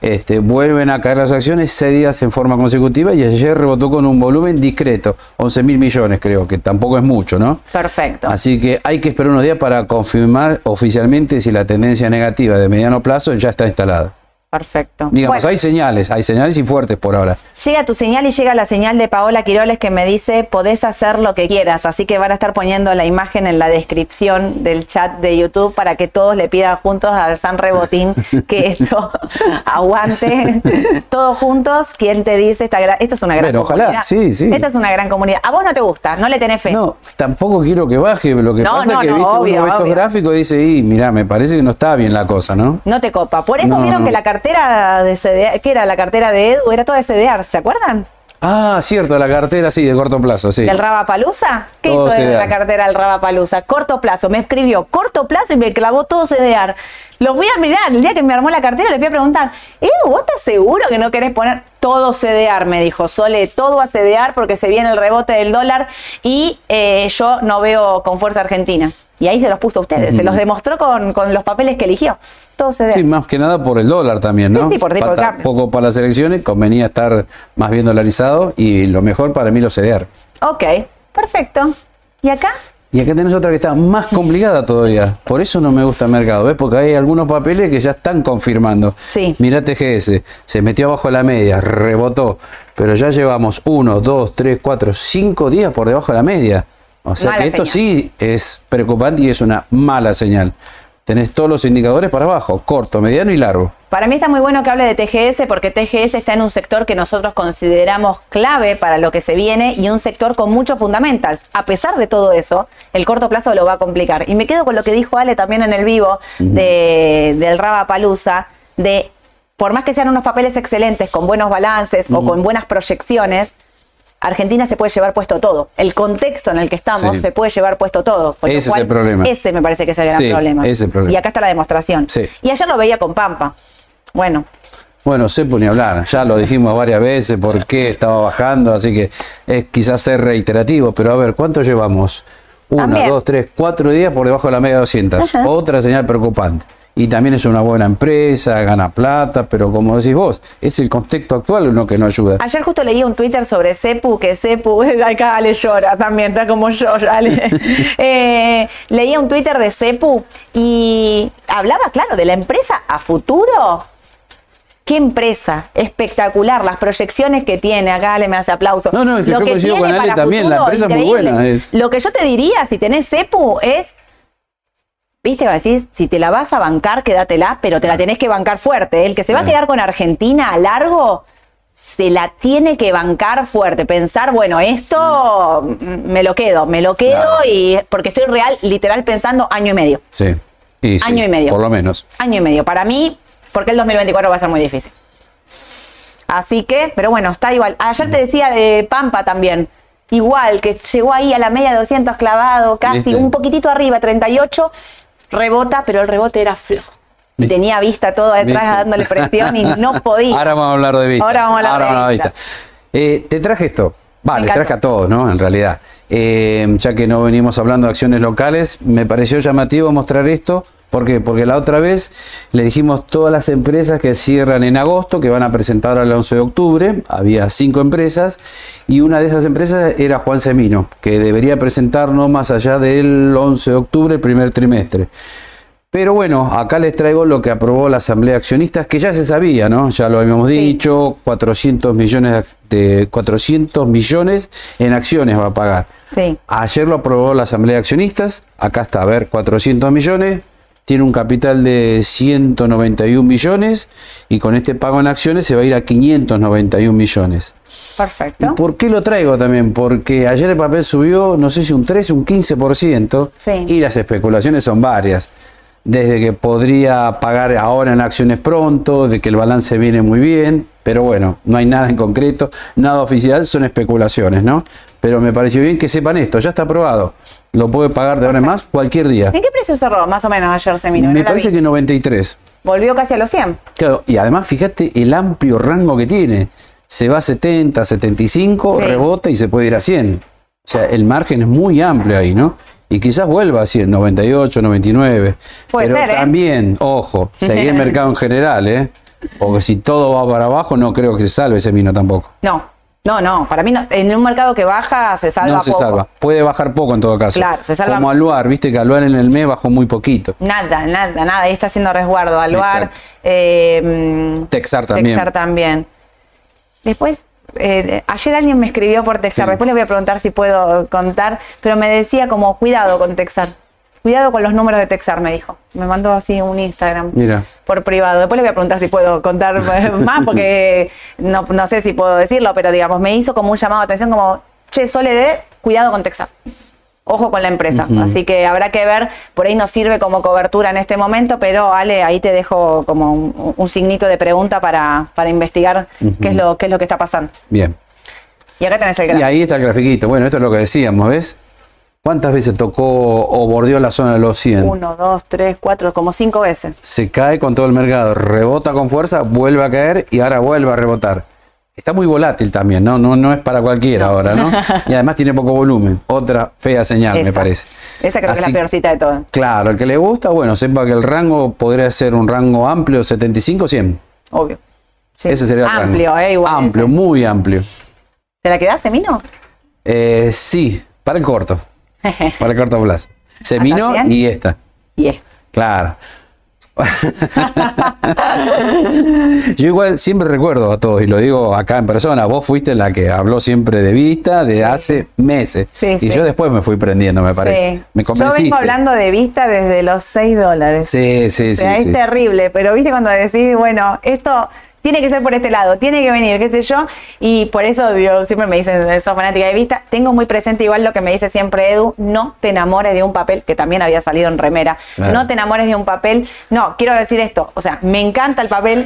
Vuelven a caer las acciones 6 días en forma consecutiva y ayer rebotó con un volumen discreto, 11.000 millones creo, que tampoco es mucho, ¿no? Perfecto. Así que hay que esperar unos días para confirmar oficialmente si la tendencia negativa de mediano plazo ya está instalada. Perfecto. Digamos, Bueno. hay señales y fuertes por ahora. Llega tu señal y llega la señal de Paola Quiroles que me dice podés hacer lo que quieras, así que van a estar poniendo la imagen en la descripción del chat de YouTube para que todos le pidan juntos al San Rebotín que esto aguante todos juntos. ¿Quién te dice? Esto es una gran Bueno, comunidad. ojalá, sí. Esta es una gran comunidad. ¿A vos no te gusta? ¿No le tenés fe? No, tampoco quiero que baje, lo que No, pasa no, es que no, viste obvio, uno ve estos obvio. gráficos y dice, mirá, me parece que no está bien la cosa, ¿no? No te copa. Por eso No, vieron no. que la cartera de CDR, que era la cartera de Edu, era toda de CDR, ¿se acuerdan? Ah, cierto, la cartera sí, de corto plazo, sí. ¿Del Rabapalusa? ¿Qué Todo hizo de CDR. la cartera del Rabapalusa? Corto plazo, me escribió corto plazo y me clavó todo CDR. Los voy a mirar, el día que me armó la cartera les fui a preguntar, Edu, ¿vos estás seguro que no querés poner todo CDR? Me dijo, Sole, todo a CDR porque se viene el rebote del dólar y yo no veo con fuerza Argentina. Y ahí se los puso a ustedes, se los demostró con los papeles que eligió. Todo CDR. Sí, más que nada por el dólar también, ¿no? Sí, sí, por tipo de Falta cambio. poco para las elecciones, convenía estar más bien dolarizado y lo mejor para mí lo CDR. Ok, perfecto. ¿Y acá? Y acá tenés otra que está más complicada todavía. Por eso no me gusta el mercado, ¿ves? Porque hay algunos papeles que ya están confirmando. Sí. Mirá TGS, se metió abajo de la media, rebotó, pero ya llevamos 1, 2, 3, 4, 5 días por debajo de la media. O sea Mala que esto señal. sí es preocupante y es una mala señal. Tenés todos los indicadores para abajo, corto, mediano y largo. Para mí está muy bueno que hable de TGS porque TGS está en un sector que nosotros consideramos clave para lo que se viene y un sector con muchos fundamentals. A pesar de todo eso, el corto plazo lo va a complicar. Y me quedo con lo que dijo Ale también en el vivo del Rabapalusa, de por más que sean unos papeles excelentes, con buenos balances o con buenas proyecciones, Argentina se puede llevar puesto todo. El contexto en el que estamos Sí. se puede llevar puesto todo. Con lo Ese es cual, el problema. Ese me parece que es el gran Sí, problema. ese es el problema. Y acá está la demostración. Sí. Y ayer lo veía con Pampa. Bueno, Bueno, sepo ni hablar, ya lo dijimos varias veces por qué estaba bajando, así que es quizás ser reiterativo, pero a ver, ¿cuánto llevamos? 1, También. 2, 3, 4 días por debajo de la media de 200. Ajá. Otra señal preocupante. Y también es una buena empresa, gana plata, pero como decís vos, es el contexto actual lo que no ayuda. ayer justo leí un Twitter sobre Cepu, que Cepu, acá Ale llora también, está como yo, Ale. Leía un Twitter de Cepu y hablaba, claro, de la empresa a futuro. ¿Qué empresa? Espectacular, las proyecciones que tiene, acá Ale me hace aplauso. No, es que yo coincido tiene con Ale para también, la empresa es muy increíble. buena, es- Lo que yo te diría, si tenés Cepu, es... ¿Viste? Va a decir, si te la vas a bancar, quédatela, pero te la tenés que bancar fuerte. El que se va a quedar con Argentina a largo, se la tiene que bancar fuerte. Pensar, bueno, esto me lo quedo Claro. y porque estoy literal pensando año y medio. Sí. Sí, Año y medio. Por lo menos. Año y medio. Para mí, porque el 2024 va a ser muy difícil. Así que, pero bueno, está igual. Ayer te decía de Pampa también. Igual, que llegó ahí a la media de 200 clavado, casi ¿Viste? un poquitito arriba, 38, rebota, pero el rebote era flojo. Y ¿Viste? tenía vista todo detrás ¿Viste? dándole presión y no podía. Ahora vamos a hablar de Vista. Ahora vamos a hablar de Vista. Te traje esto. Me Vale, encantó. traje a todos, ¿no? En realidad. Ya que no venimos hablando de acciones locales, me pareció llamativo mostrar esto ¿Por qué? Porque la otra vez le dijimos todas las empresas que cierran en agosto, que van a presentar el 11 de octubre, había 5 empresas, y una de esas empresas era Juan Semino, que debería presentar no más allá del 11 de octubre, el primer trimestre. Pero bueno, acá les traigo lo que aprobó la Asamblea de Accionistas, que ya se sabía, ¿no? Ya lo habíamos dicho, 400 millones en acciones va a pagar. Sí. Ayer lo aprobó la Asamblea de Accionistas, acá está, a ver, 400 millones, tiene un capital de 191 millones y con este pago en acciones se va a ir a 591 millones. Perfecto. ¿Y por qué lo traigo también? Porque ayer el papel subió, no sé si un 13, un 15%, Sí. y las especulaciones son varias. Desde que podría pagar ahora en acciones pronto, de que el balance viene muy bien, pero bueno, no hay nada en concreto, nada oficial, son especulaciones, ¿no? Pero me pareció bien que sepan esto, ya está aprobado. Lo puede pagar de ahora en más cualquier día. ¿En qué precio cerró más o menos ayer Semino? Me No la parece vi. que 93. Volvió casi a los 100. Claro, y además fíjate el amplio rango que tiene. Se va a 70, 75, Sí. rebota y se puede ir a 100. O sea, el margen es muy amplio ahí, ¿no? Y quizás vuelva a 100, 98, 99. Puede Pero ser, ¿eh? también, ojo, seguir el mercado en general, ¿eh? Porque si todo va para abajo, no creo que se salve ese vino tampoco. No, para mí no. En un mercado que baja se salva No se poco. salva. Puede bajar poco en todo caso. Claro, se salva. Como Aluar, viste que Aluar en el mes bajó muy poquito. Nada. Ahí está haciendo resguardo. Aluar, Texar también. Texar también. Después, ayer alguien me escribió por Texar. Sí. Después les voy a preguntar si puedo contar. Pero me decía como, cuidado con Texar. Cuidado con los números de Texar, me dijo. Me mandó así un Instagram. Mira. Por privado. Después le voy a preguntar si puedo contar más, porque no sé si puedo decirlo, pero digamos, me hizo como un llamado de atención como, che, Sole, cuidado con Texar. Ojo con la empresa. Así que habrá que ver, por ahí nos sirve como cobertura en este momento, pero Ale, ahí te dejo como un signito de pregunta para investigar qué es lo que está pasando. Bien. Y acá tenés el Y gráfico. ahí está el grafiquito. Bueno, esto es lo que decíamos, ¿ves? ¿Cuántas veces tocó o bordeó la zona de los 100? 1, 2, 3, 4, como 5 veces. Se cae con todo el mercado, rebota con fuerza, vuelve a caer y ahora vuelve a rebotar. Está muy volátil también, ¿no? No es para cualquiera ahora, ¿no? Y además tiene poco volumen. Otra fea señal, me parece. Esa creo que es Así- la peorcita de todo. Claro, el que le gusta, bueno, sepa que el rango podría ser un rango amplio, 75-100. Obvio. Sí. Ese sería el rango. Amplio, igual. Amplio, ese. muy amplio. ¿Te la quedás, Semino? Sí, para el corto. Para el corto plazo. Semino ¿Hasta 100? y esta. Y es. Claro. Yo igual siempre recuerdo a todos, y lo digo acá en persona, vos fuiste la que habló siempre de Vista de hace meses. Sí, y sí. yo después me fui prendiendo, me parece. Sí. Me Yo convenciste. vengo hablando de Vista desde los $6. Sí, sí, O sea, sí. es sí. terrible, pero viste cuando decís, bueno, esto tiene que ser por este lado, tiene que venir, qué sé yo, y por eso digo, siempre me dicen, sos fanática de Vista, tengo muy presente igual lo que me dice siempre Edu, no te enamores de un papel, que también había salido en remera, Claro. no te enamores de un papel, no, quiero decir esto, o sea, me encanta el papel,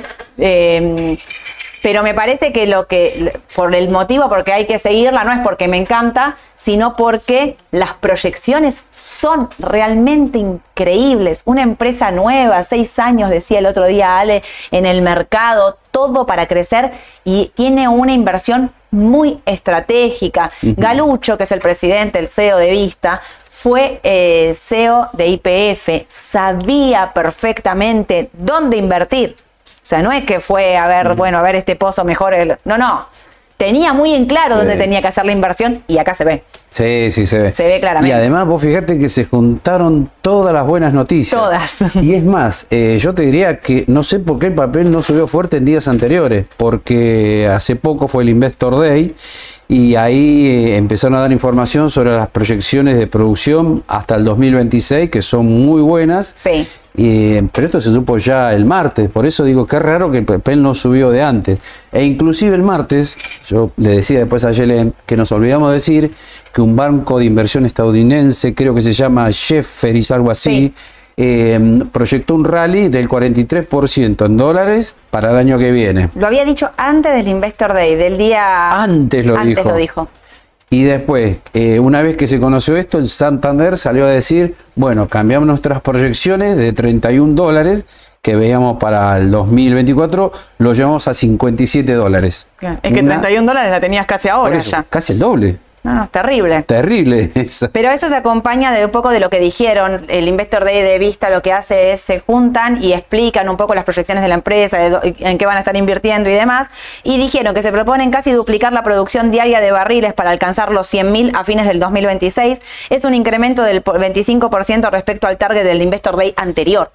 pero me parece que por el motivo porque hay que seguirla, no es porque me encanta, sino porque las proyecciones son realmente increíbles. Una empresa nueva, 6 años, decía el otro día Ale, en el mercado, todo para crecer y tiene una inversión muy estratégica. Galucho, que es el presidente, el CEO de Vista, fue CEO de YPF, sabía perfectamente dónde invertir. O sea, no es que fue a ver, bueno, a ver este pozo mejor. No. Tenía muy en claro Sí. dónde tenía que hacer la inversión y acá se ve. Sí, sí, se ve. Se ve claramente. Y además, vos fíjate que se juntaron todas las buenas noticias. Todas. Y es más, yo te diría que no sé por qué el papel no subió fuerte en días anteriores, porque hace poco fue el Investor Day y ahí empezaron a dar información sobre las proyecciones de producción hasta el 2026, que son muy buenas. Sí. Pero esto se supo ya el martes, por eso digo que es raro que el papel no subió de antes. E inclusive el martes, yo le decía después a Yelen que nos olvidamos de decir que un banco de inversión estadounidense, creo que se llama Jefferies, algo así, proyectó un rally del 43% en dólares para el año que viene. Lo había dicho antes del Investor Day, del día... Antes lo dijo. Y después, una vez que se conoció esto, el Santander salió a decir, bueno, cambiamos nuestras proyecciones de $31 que veíamos para el 2024, lo llevamos a $57. Claro. Es que $31 la tenías casi ahora Por eso, ya. casi el doble. No, terrible. Terrible esa. Pero eso se acompaña de un poco de lo que dijeron. El Investor Day de Vista lo que hace es se juntan y explican un poco las proyecciones de la empresa, en qué van a estar invirtiendo y demás. Y dijeron que se proponen casi duplicar la producción diaria de barriles para alcanzar los 100.000 a fines del 2026. Es un incremento del 25% respecto al target del Investor Day anterior.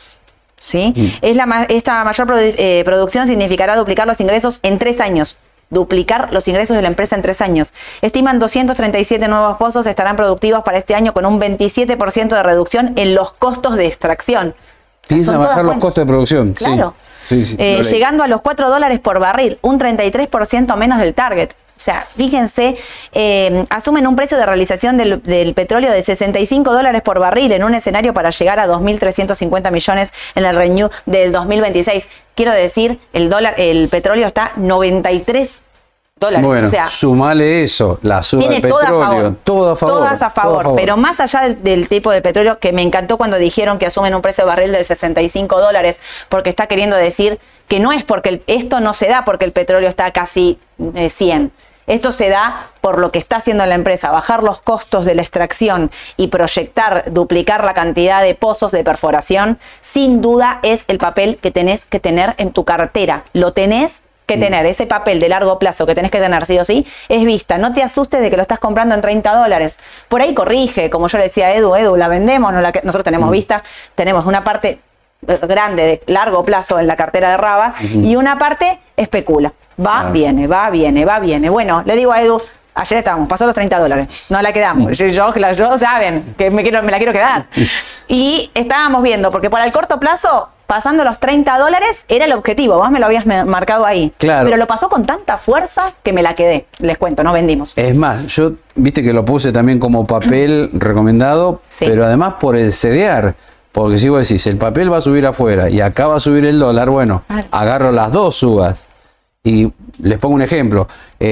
¿Sí? Esta mayor producción significará duplicar los ingresos en 3 años. Duplicar los ingresos de la empresa en 3 años. Estiman 237 nuevos pozos estarán productivos para este año con un 27% de reducción en los costos de extracción. Piensan bajar los costos de producción. Claro. Sí, llegando a los $4 por barril, un 33% menos del target. O sea, fíjense, asumen un precio de realización del petróleo de $65 por barril en un escenario para llegar a 2.350 millones en el renew del 2026. Quiero decir, el petróleo está $93. Bueno, o sea, sumale eso, la suba del petróleo, todo a favor. Todas a favor, pero más allá del tipo de petróleo, que me encantó cuando dijeron que asumen un precio de barril del $65, porque está queriendo decir que no es porque esto no se da porque el petróleo está casi 100. Esto se da por lo que está haciendo la empresa, bajar los costos de la extracción y proyectar, duplicar la cantidad de pozos de perforación. Sin duda es el papel que tenés que tener en tu cartera. Lo tenés que tener, ese papel de largo plazo que tenés que tener sí o sí, es Vista. No te asustes de que lo estás comprando en $30. Por ahí corrige, como yo le decía a Edu, la vendemos, nosotros tenemos Vista, tenemos una parte grande de largo plazo en la cartera de Raba y una parte especula. Viene. Bueno, le digo a Edu, ayer estábamos, pasó los $30, no la quedamos. Yo saben que me la quiero quedar. Y estábamos viendo, porque para el corto plazo, pasando los $30 era el objetivo. Vos me lo habías marcado ahí. Claro. Pero lo pasó con tanta fuerza que me la quedé. Les cuento, no vendimos. Es más, yo viste que lo puse también como papel recomendado, pero además por el CDR. Porque si vos decís, el papel va a subir afuera y acá va a subir el dólar, bueno, agarro las dos subas. Y les pongo un ejemplo,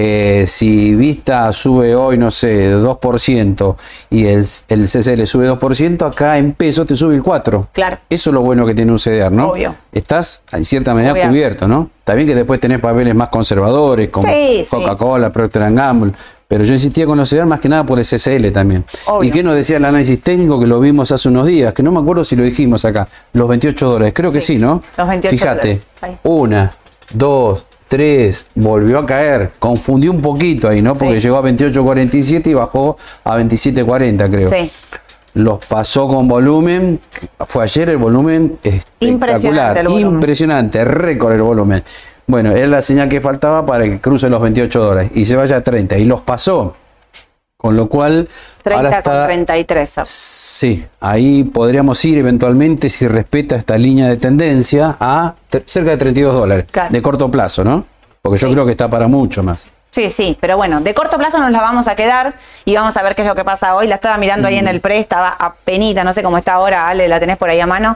si Vista sube hoy, no sé, 2% y el CCL sube 2%, acá en pesos te sube el 4%. Claro. Eso es lo bueno que tiene un CDR, ¿no? Obvio. Estás en cierta medida cubierto, ¿no? Está bien que después tenés papeles más conservadores, como Coca-Cola, Procter & Gamble, pero yo insistía con los CDR más que nada por el CCL también. Obvio. ¿Y qué nos decía el análisis técnico que lo vimos hace unos días? Que no me acuerdo si lo dijimos acá, los $28, creo que sí, ¿no? Los $28. Fíjate, 1, 2, 3, volvió a caer, confundió un poquito ahí, ¿no? Porque llegó a 28.47 y bajó a 27.40, creo. Sí. Los pasó con volumen, fue ayer el volumen espectacular, impresionante, récord el volumen. Bueno, es la señal que faltaba para que cruce los $28 y se vaya a 30 y los pasó. Con lo cual 30 con 33. Sí, ahí podríamos ir eventualmente, si respeta esta línea de tendencia, a cerca de $32 de corto plazo, ¿no? Porque yo creo que está para mucho más. Sí, pero bueno, de corto plazo nos la vamos a quedar y vamos a ver qué es lo que pasa hoy. La estaba mirando ahí en el pre, estaba apenita, no sé cómo está ahora, Ale, la tenés por ahí a mano.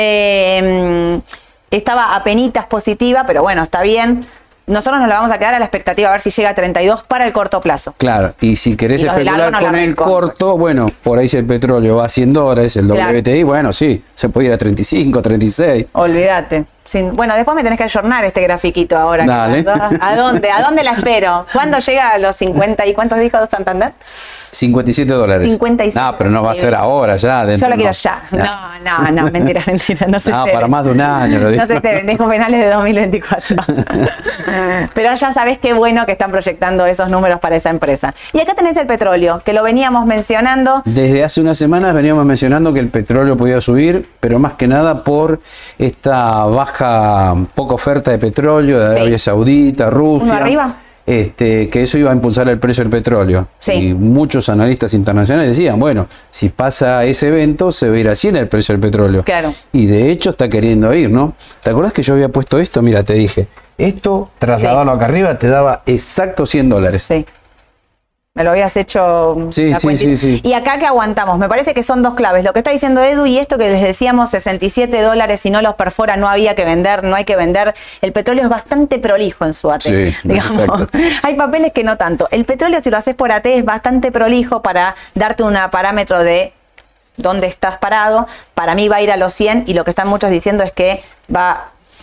Estaba apenitas positiva, pero bueno, está bien. Nosotros nos la vamos a quedar a la expectativa a ver si llega a 32 para el corto plazo. Claro, y si querés especular con el corto, bueno, por ahí si el petróleo va a $100, el WTI, bueno, sí, se puede ir a 35, 36. Olvídate. Bueno, después me tenés que ayornar este grafiquito ahora. Dale. ¿A dónde? ¿A dónde la espero? ¿Cuándo llega a los 50 y cuántos dijo Santander? $57. 57. No, pero no va a ser ahora, ya. Yo lo quiero ya. No, mentira. No sé. No, para más de un año. Lo digo. No se te dejo penales de 2024. Pero ya sabés qué bueno que están proyectando esos números para esa empresa. Y acá tenés el petróleo, que lo veníamos mencionando. Desde hace unas semanas veníamos mencionando que el petróleo podía subir, pero más que nada por esta poca oferta de petróleo de Arabia Saudita, Rusia. ¿Uno arriba? Que eso iba a impulsar el precio del petróleo. Y muchos analistas internacionales decían, bueno, si pasa ese evento, se va a ir así en el precio del petróleo. Claro. Y de hecho está queriendo ir, ¿no? ¿Te acordás que yo había puesto esto? Mira, te dije, esto, trasladarlo acá arriba, te daba exacto $100. Sí. Me lo habías hecho. Sí. Y acá que aguantamos, me parece que son dos claves. Lo que está diciendo Edu y esto que les decíamos, $67, si no los perfora no había que vender, no hay que vender. El petróleo es bastante prolijo en su AT. Sí, digamos. Hay papeles que no tanto. El petróleo, si lo haces por AT, es bastante prolijo para darte un parámetro de dónde estás parado. Para mí va a ir a los 100 y lo que están muchos diciendo es que va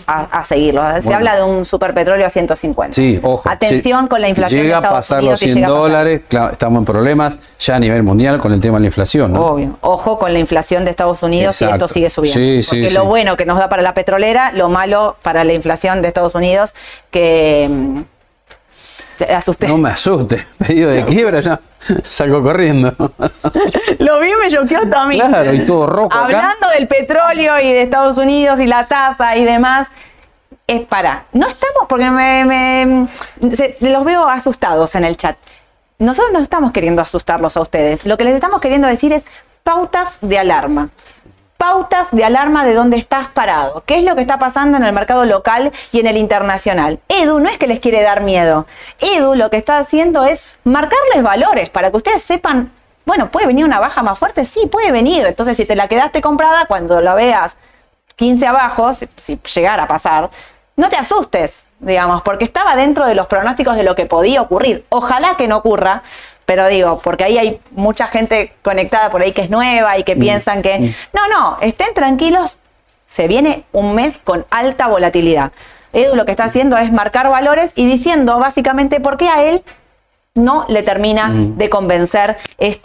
a seguirlo. Se Bueno. habla de un superpetróleo a 150. Sí, ojo. Atención con la inflación Llega de a Estados pasar Unidos los y 100 llega a pasar. dólares, claro, estamos en problemas ya a nivel mundial con el tema de la inflación, ¿no? Obvio. Ojo con la inflación de Estados Unidos si Exacto. esto sigue subiendo. Sí, sí, porque sí. lo bueno que nos da para la petrolera, lo malo para la inflación de Estados Unidos, que te asusté. No me asuste, pedido de quiebra ya salgo corriendo. Lo vi y me choqueó también. Claro, y todo rojo acá. Hablando del petróleo y de Estados Unidos y la tasa y demás, no estamos, porque los veo asustados en el chat. Nosotros no estamos queriendo asustarlos a ustedes. Lo que les estamos queriendo decir es pautas de alarma. Pautas de alarma de dónde estás parado. ¿Qué es lo que está pasando en el mercado local y en el internacional? Edu no es que les quiere dar miedo. Edu lo que está haciendo es marcarles valores para que ustedes sepan, bueno, ¿puede venir una baja más fuerte? Sí, puede venir. Entonces, si te la quedaste comprada, cuando la veas 15 abajo, si llegara a pasar, no te asustes, digamos, porque estaba dentro de los pronósticos de lo que podía ocurrir. Ojalá que no ocurra, pero digo, porque ahí hay mucha gente conectada por ahí que es nueva y que piensan que... No, estén tranquilos, se viene un mes con alta volatilidad. Edu lo que está haciendo es marcar valores y diciendo básicamente por qué a él no le termina de convencer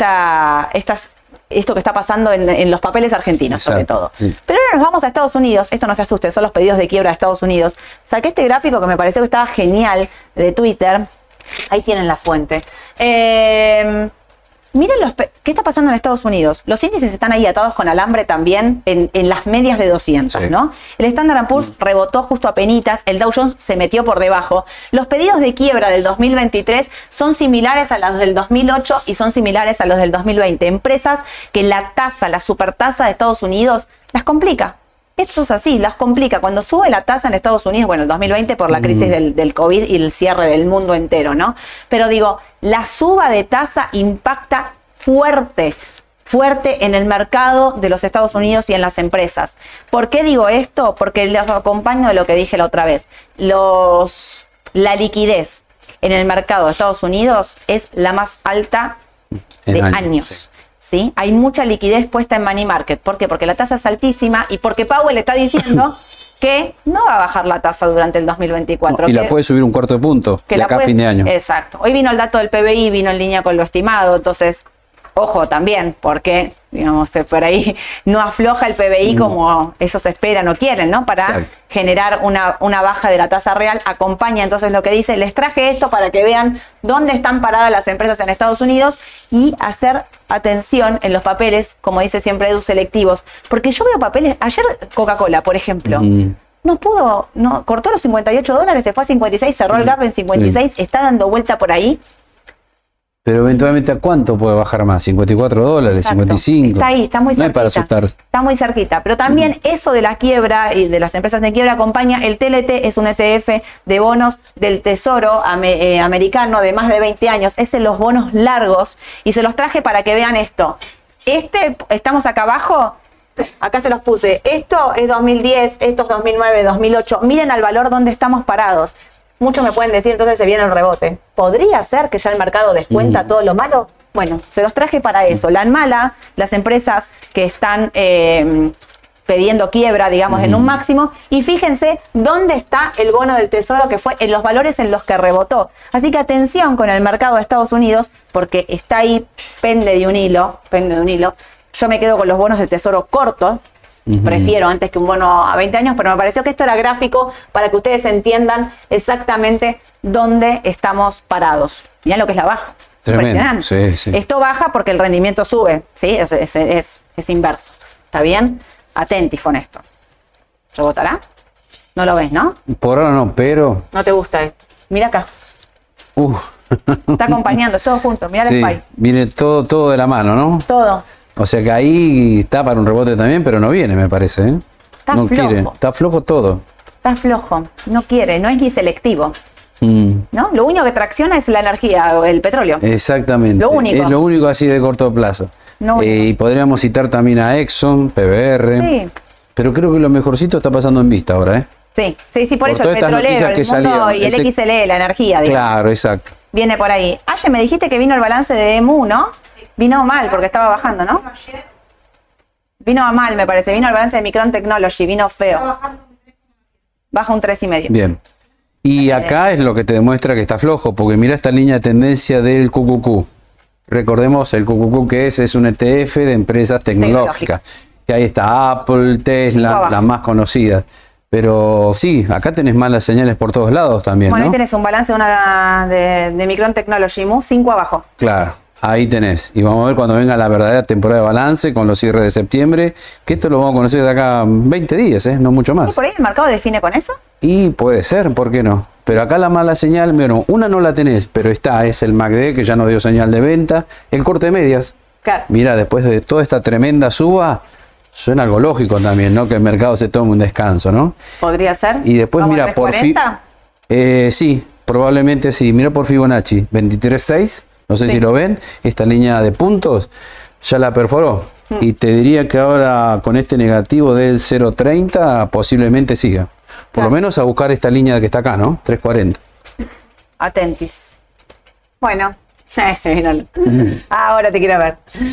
esto que está pasando en los papeles argentinos, sobre todo. Sí. Pero ahora nos vamos a Estados Unidos. Esto no se asuste, son los pedidos de quiebra de Estados Unidos. Saqué este gráfico que me pareció que estaba genial de Twitter. Ahí tienen la fuente. Miren qué está pasando en Estados Unidos. Los índices están ahí atados con alambre también en las medias de 200, Sí. ¿no? El Standard & Poor's rebotó justo a penitas, el Dow Jones se metió por debajo. Los pedidos de quiebra del 2023 son similares a los del 2008 y son similares a los del 2020. Empresas que la supertasa de Estados Unidos las complica. Eso es así, las complica. Cuando sube la tasa en Estados Unidos, bueno, el 2020 por la crisis del COVID y el cierre del mundo entero, ¿no? Pero digo, la suba de tasa impacta fuerte en el mercado de los Estados Unidos y en las empresas. ¿Por qué digo esto? Porque les acompaño de lo que dije la otra vez. La liquidez en el mercado de Estados Unidos es la más alta de años. Sí. ¿Sí? Hay mucha liquidez puesta en money market. ¿Por qué? Porque la tasa es altísima y porque Powell está diciendo que no va a bajar la tasa durante el 2024. Y la puede subir un cuarto de punto de acá a fin de año. Exacto. Hoy vino el dato del PBI, vino en línea con lo estimado, entonces, ojo también, porque, digamos, por ahí no afloja el PBI como ellos esperan o quieren, ¿no? Para Exacto. generar una baja de la tasa real. Acompaña entonces lo que dice. Les traje esto para que vean dónde están paradas las empresas en Estados Unidos y hacer atención en los papeles, como dice siempre Edu, selectivos. Porque yo veo papeles, ayer Coca-Cola, por ejemplo, cortó los $58, se fue a 56, cerró el gap en 56, está dando vuelta por ahí. Pero eventualmente, ¿a cuánto puede bajar más? $54, Exacto. 55. Está ahí, está muy cerquita. No es para asustarse. Está muy cerquita. Pero también eso de la quiebra y de las empresas de quiebra acompaña. El TLT es un ETF de bonos del Tesoro americano de más de 20 años. Es en los bonos largos. Y se los traje para que vean esto. Estamos acá abajo. Acá se los puse. Esto es 2010, esto es 2009, 2008. Miren al valor donde estamos parados. Muchos me pueden decir, entonces se viene el rebote. ¿Podría ser que ya el mercado descuenta todo lo malo? Bueno, se los traje para eso. La mala, las empresas que están pidiendo quiebra, digamos, en un máximo. Y fíjense dónde está el bono del Tesoro, que fue en los valores en los que rebotó. Así que atención con el mercado de Estados Unidos, porque está ahí, pende de un hilo. Yo me quedo con los bonos del Tesoro cortos. Prefiero antes que un bono a 20 años, pero me pareció que esto era gráfico para que ustedes entiendan exactamente dónde estamos parados. Mirá lo que es la baja. Tremendo. Impresionante. Sí. Esto baja porque el rendimiento sube, ¿sí? Es inverso. ¿Está bien? Atentis con esto. ¿Rebotará? No lo ves, ¿no? Por ahora no, pero... No te gusta esto. Mira acá. Está acompañando, es todo junto. Mira el SPY. Viene todo de la mano, ¿no? Todo. O sea que ahí está para un rebote también, pero no viene, me parece. Está no flojo. quiere. Está flojo todo. Está flojo. No quiere, no es ni selectivo. ¿No? Lo único que tracciona es la energía, el petróleo. Exactamente. Lo único. Es lo único así de corto plazo. Y podríamos citar también a Exxon, PBR. Sí. Pero creo que lo mejorcito está pasando en vista ahora, Sí, por Por eso todas el estas petrolero, noticias que el mundo salieron, y el ese- XLE, la energía, digamos. Claro, exacto. Viene por ahí. Ayer me dijiste que vino el balance de EMU, ¿no? Vino mal porque estaba bajando, ¿no? Vino mal, me parece. Vino el balance de Micron Technology, vino feo. Baja un 3,5. Bien. Y acá es lo que te demuestra que está flojo, porque mira esta línea de tendencia del QQQ. Recordemos el QQQ que es un ETF de empresas tecnológicas. Que ahí está Apple, Tesla, las más conocidas. Pero sí, acá tenés malas señales por todos lados también, bueno, ¿no? Ahí tenés un balance de Micron Technology, MU 5 abajo. Claro, ahí tenés. Y vamos a ver cuando venga la verdadera temporada de balance con los cierres de septiembre, que esto lo vamos a conocer de acá 20 días, no mucho más. ¿Y por ahí el mercado define con eso? Y puede ser, ¿por qué no? Pero acá la mala señal, bueno, una no la tenés, pero es el MACD que ya no dio señal de venta, el corte de medias. Claro. Mira, después de toda esta tremenda suba, suena algo lógico también, ¿no? Que el mercado se tome un descanso, ¿no? Podría ser. Y después, mira, por sí, probablemente sí. Mira por Fibonacci, 23.6, no sé si lo ven, esta línea de puntos ya la perforó. Y te diría que ahora con este negativo del 0.30 posiblemente siga. Por lo menos a buscar esta línea que está acá, ¿no? 3.40. Atentis. Bueno, ahora te quiero ver.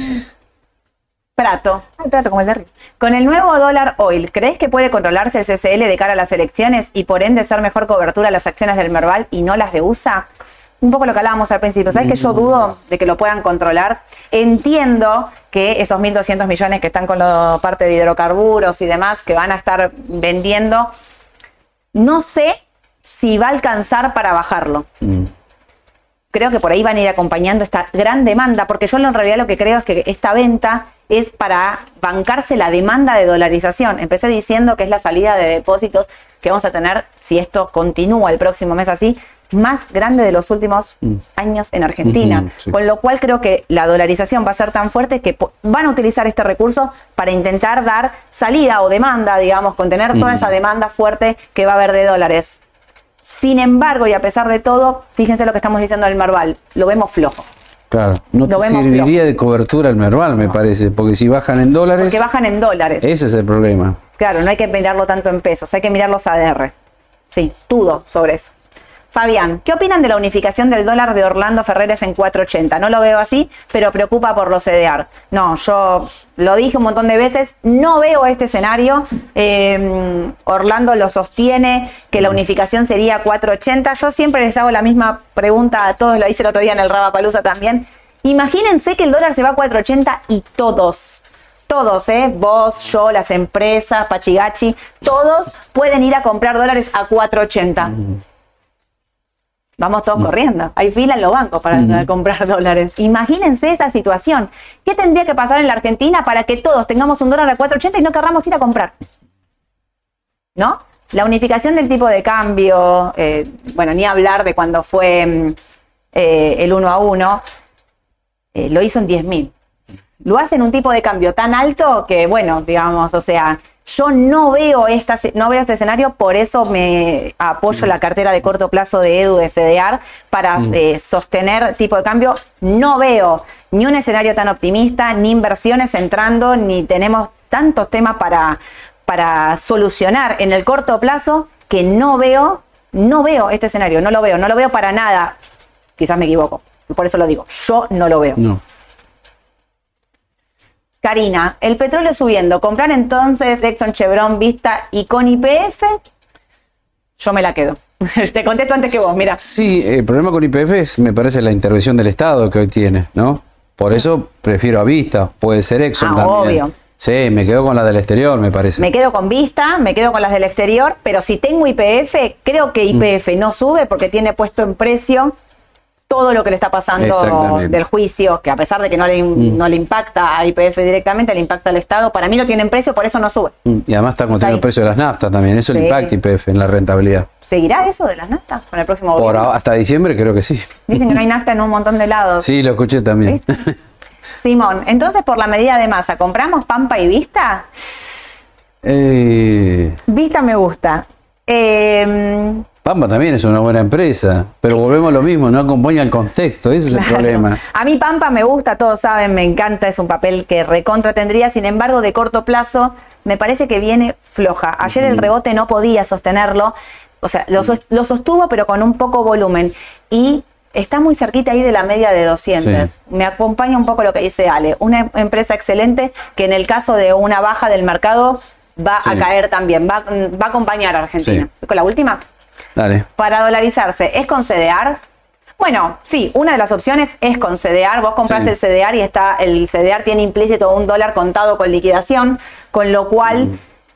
Prato. Ay, Prato como el de arriba. Con el nuevo dólar oil, ¿crees que puede controlarse el CCL de cara a las elecciones y por ende ser mejor cobertura las acciones del Merval y no las de USA? Un poco lo que hablábamos al principio. ¿Sabes que yo dudo de que lo puedan controlar? Entiendo que esos 1.200 millones que están con la parte de hidrocarburos y demás que van a estar vendiendo, no sé si va a alcanzar para bajarlo. Creo que por ahí van a ir acompañando esta gran demanda, porque yo en realidad lo que creo es que esta venta es para bancarse la demanda de dolarización. Empecé diciendo que es la salida de depósitos que vamos a tener, si esto continúa el próximo mes así, más grande de los últimos años en Argentina. Sí. Con lo cual creo que la dolarización va a ser tan fuerte que van a utilizar este recurso para intentar dar salida o demanda, digamos, contener toda esa demanda fuerte que va a haber de dólares. Sin embargo, y a pesar de todo, fíjense lo que estamos diciendo del Merval, lo vemos flojo. Claro, no te serviría de cobertura el Merval, me parece, porque si bajan en dólares... Porque bajan en dólares. Ese es el problema. Claro, no hay que mirarlo tanto en pesos, hay que mirar los ADR. Sí, dudo sobre eso. Fabián, ¿qué opinan de la unificación del dólar de Orlando Ferreres en 4.80? No lo veo así, pero preocupa por los CDR. No, yo lo dije un montón de veces, no veo este escenario. Orlando lo sostiene, que la unificación sería 4.80. Yo siempre les hago la misma pregunta a todos, lo hice el otro día en el Rabapalooza también. Imagínense que el dólar se va a 4.80 y todos, vos, yo, las empresas, Pachigachi, todos pueden ir a comprar dólares a 4.80. Vamos todos corriendo. Hay fila en los bancos para comprar dólares. Imagínense esa situación. ¿Qué tendría que pasar en la Argentina para que todos tengamos un dólar a 4.80 y no querramos ir a comprar? ¿No? La unificación del tipo de cambio, bueno, ni hablar de cuando fue el 1 a 1, lo hizo en 10.000. Lo hace en un tipo de cambio tan alto que, bueno, digamos, o sea... Yo no veo este escenario, por eso me apoyo la cartera de corto plazo de Edu de CDR para sostener tipo de cambio. No veo ni un escenario tan optimista, ni inversiones entrando, ni tenemos tantos temas para solucionar en el corto plazo que no veo este escenario, no lo veo para nada. Quizás me equivoco, por eso lo digo, yo no lo veo. No. Karina, el petróleo subiendo, ¿comprar entonces Exxon, Chevron, Vista y con YPF? Yo me la quedo. Te contesto antes que vos, mira. Sí, el problema con YPF es, me parece, la intervención del Estado que hoy tiene, ¿no? Por eso prefiero a Vista, puede ser Exxon también. Obvio. Sí, me quedo con la del exterior, me parece. Me quedo con Vista, me quedo con las del exterior, pero si tengo YPF, creo que YPF no sube porque tiene puesto en precio todo lo que le está pasando del juicio, que a pesar de que no le impacta a YPF directamente, le impacta al Estado. Para mí no tienen precio, por eso no sube. Y además está contenido el precio de las naftas también, eso le impacta YPF en la rentabilidad. ¿Seguirá eso de las naftas con el próximo gobierno? Hasta diciembre creo que sí. Dicen que no hay nafta en un montón de lados. Sí, lo escuché también. Simón, entonces por la medida de masa, ¿compramos Pampa y Vista? Vista me gusta. Pampa también es una buena empresa, pero volvemos a lo mismo, no acompaña el contexto, ese es el problema. A mí Pampa me gusta, todos saben, me encanta, es un papel que recontra tendría, sin embargo, de corto plazo, me parece que viene floja. Ayer el rebote no podía sostenerlo, o sea, lo sostuvo, pero con un poco volumen, y está muy cerquita ahí de la media de 200. Sí. Me acompaña un poco lo que dice Ale, una empresa excelente que en el caso de una baja del mercado, va a caer también, va a acompañar a Argentina. Sí. Con la última. Dale. Para dolarizarse, ¿es con CDR? Bueno, sí, una de las opciones es con CDR. Vos comprás el CDR y el CDR tiene implícito un dólar contado con liquidación, con lo cual,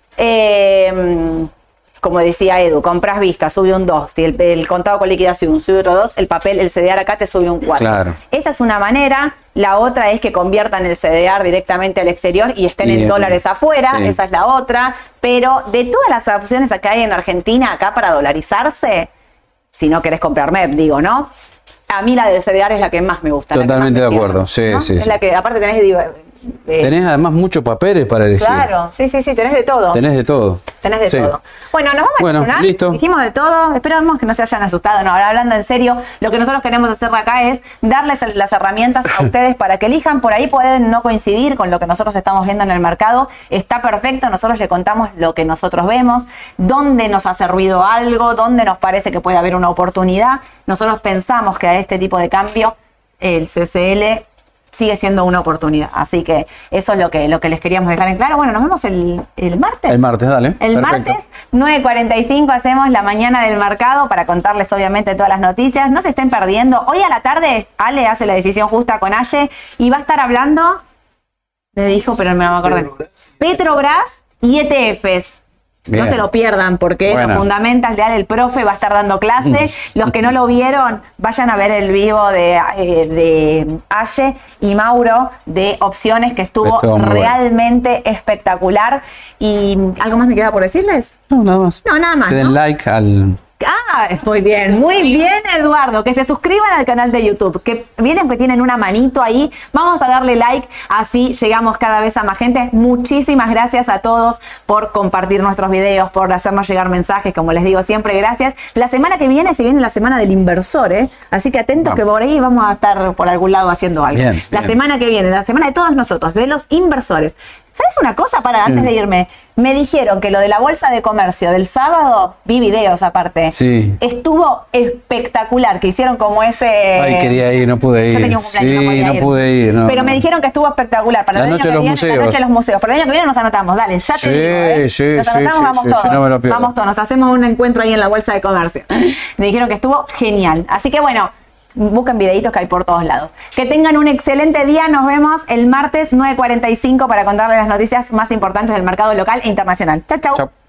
como decía Edu, compras vista, sube un 2, si el contado con liquidación sube otro 2, el CDR acá te sube un 4. Claro. Esa es una manera. La otra es que conviertan el CDR directamente al exterior y estén en dólares afuera. Sí. Esa es la otra. Pero de todas las opciones que hay en Argentina acá para dolarizarse, si no querés comprar MEP, digo, ¿no? A mí la del CDR es la que más me gusta. Totalmente de acuerdo, sí, ¿no? sí. Es la que, aparte tenés además muchos papeles para elegir. Claro, sí, tenés de todo. Tenés de todo. Tenés de todo. Bueno, nos vamos a desayunar. Listo. Dijimos de todo. Esperamos que no se hayan asustado. No, ahora hablando en serio, lo que nosotros queremos hacer acá es darles las herramientas a ustedes para que elijan. Por ahí pueden no coincidir con lo que nosotros estamos viendo en el mercado. Está perfecto. Nosotros le contamos lo que nosotros vemos, dónde nos ha servido algo, dónde nos parece que puede haber una oportunidad. Nosotros pensamos que a este tipo de cambio el CCL sigue siendo una oportunidad. Así que eso es lo que les queríamos dejar en claro. Bueno, nos vemos el martes. El martes, dale. El martes, 9:45, hacemos la mañana del mercado para contarles obviamente todas las noticias. No se estén perdiendo. Hoy a la tarde, Ale hace la decisión justa con Aye y va a estar hablando, me dijo, pero no me acordé. Petrobras y ETFs. Bien. No se lo pierdan porque los fundamentals de Ale, el profe, va a estar dando clase. Los que no lo vieron, vayan a ver el vivo de Aye y Mauro de opciones, que estuvo realmente espectacular. ¿Y algo más me queda por decirles? No, nada más. No, nada más. Que den like al... Ah, muy bien, Eduardo. Que se suscriban al canal de YouTube. Que vienen que tienen una manito ahí. Vamos a darle like, así llegamos cada vez a más gente. Muchísimas gracias a todos por compartir nuestros videos, por hacernos llegar mensajes. Como les digo siempre, gracias. La semana que viene se viene la semana del inversor, ¿eh? Así que atentos que por ahí vamos a estar por algún lado haciendo algo. La semana que viene, la semana de todos nosotros, de los inversores. ¿Sabes una cosa? Antes de irme, me dijeron que lo de la bolsa de comercio del sábado, vi videos aparte, estuvo espectacular, que hicieron como ese... Ay, quería ir, no pude ir. Yo tenía un cumpleaños, no pude ir. No, pero me dijeron que estuvo espectacular. Para la noche de los museos. La noche de los museos. Para el año que viene nos anotamos, dale, ya te digo. Nos anotamos, vamos todos. No me lo pierdo. Vamos todos, nos hacemos un encuentro ahí en la bolsa de comercio. Me dijeron que estuvo genial. Así que bueno, busquen videitos que hay por todos lados. Que tengan un excelente día. Nos vemos el martes 9:45 para contarles las noticias más importantes del mercado local e internacional. Chau, chau.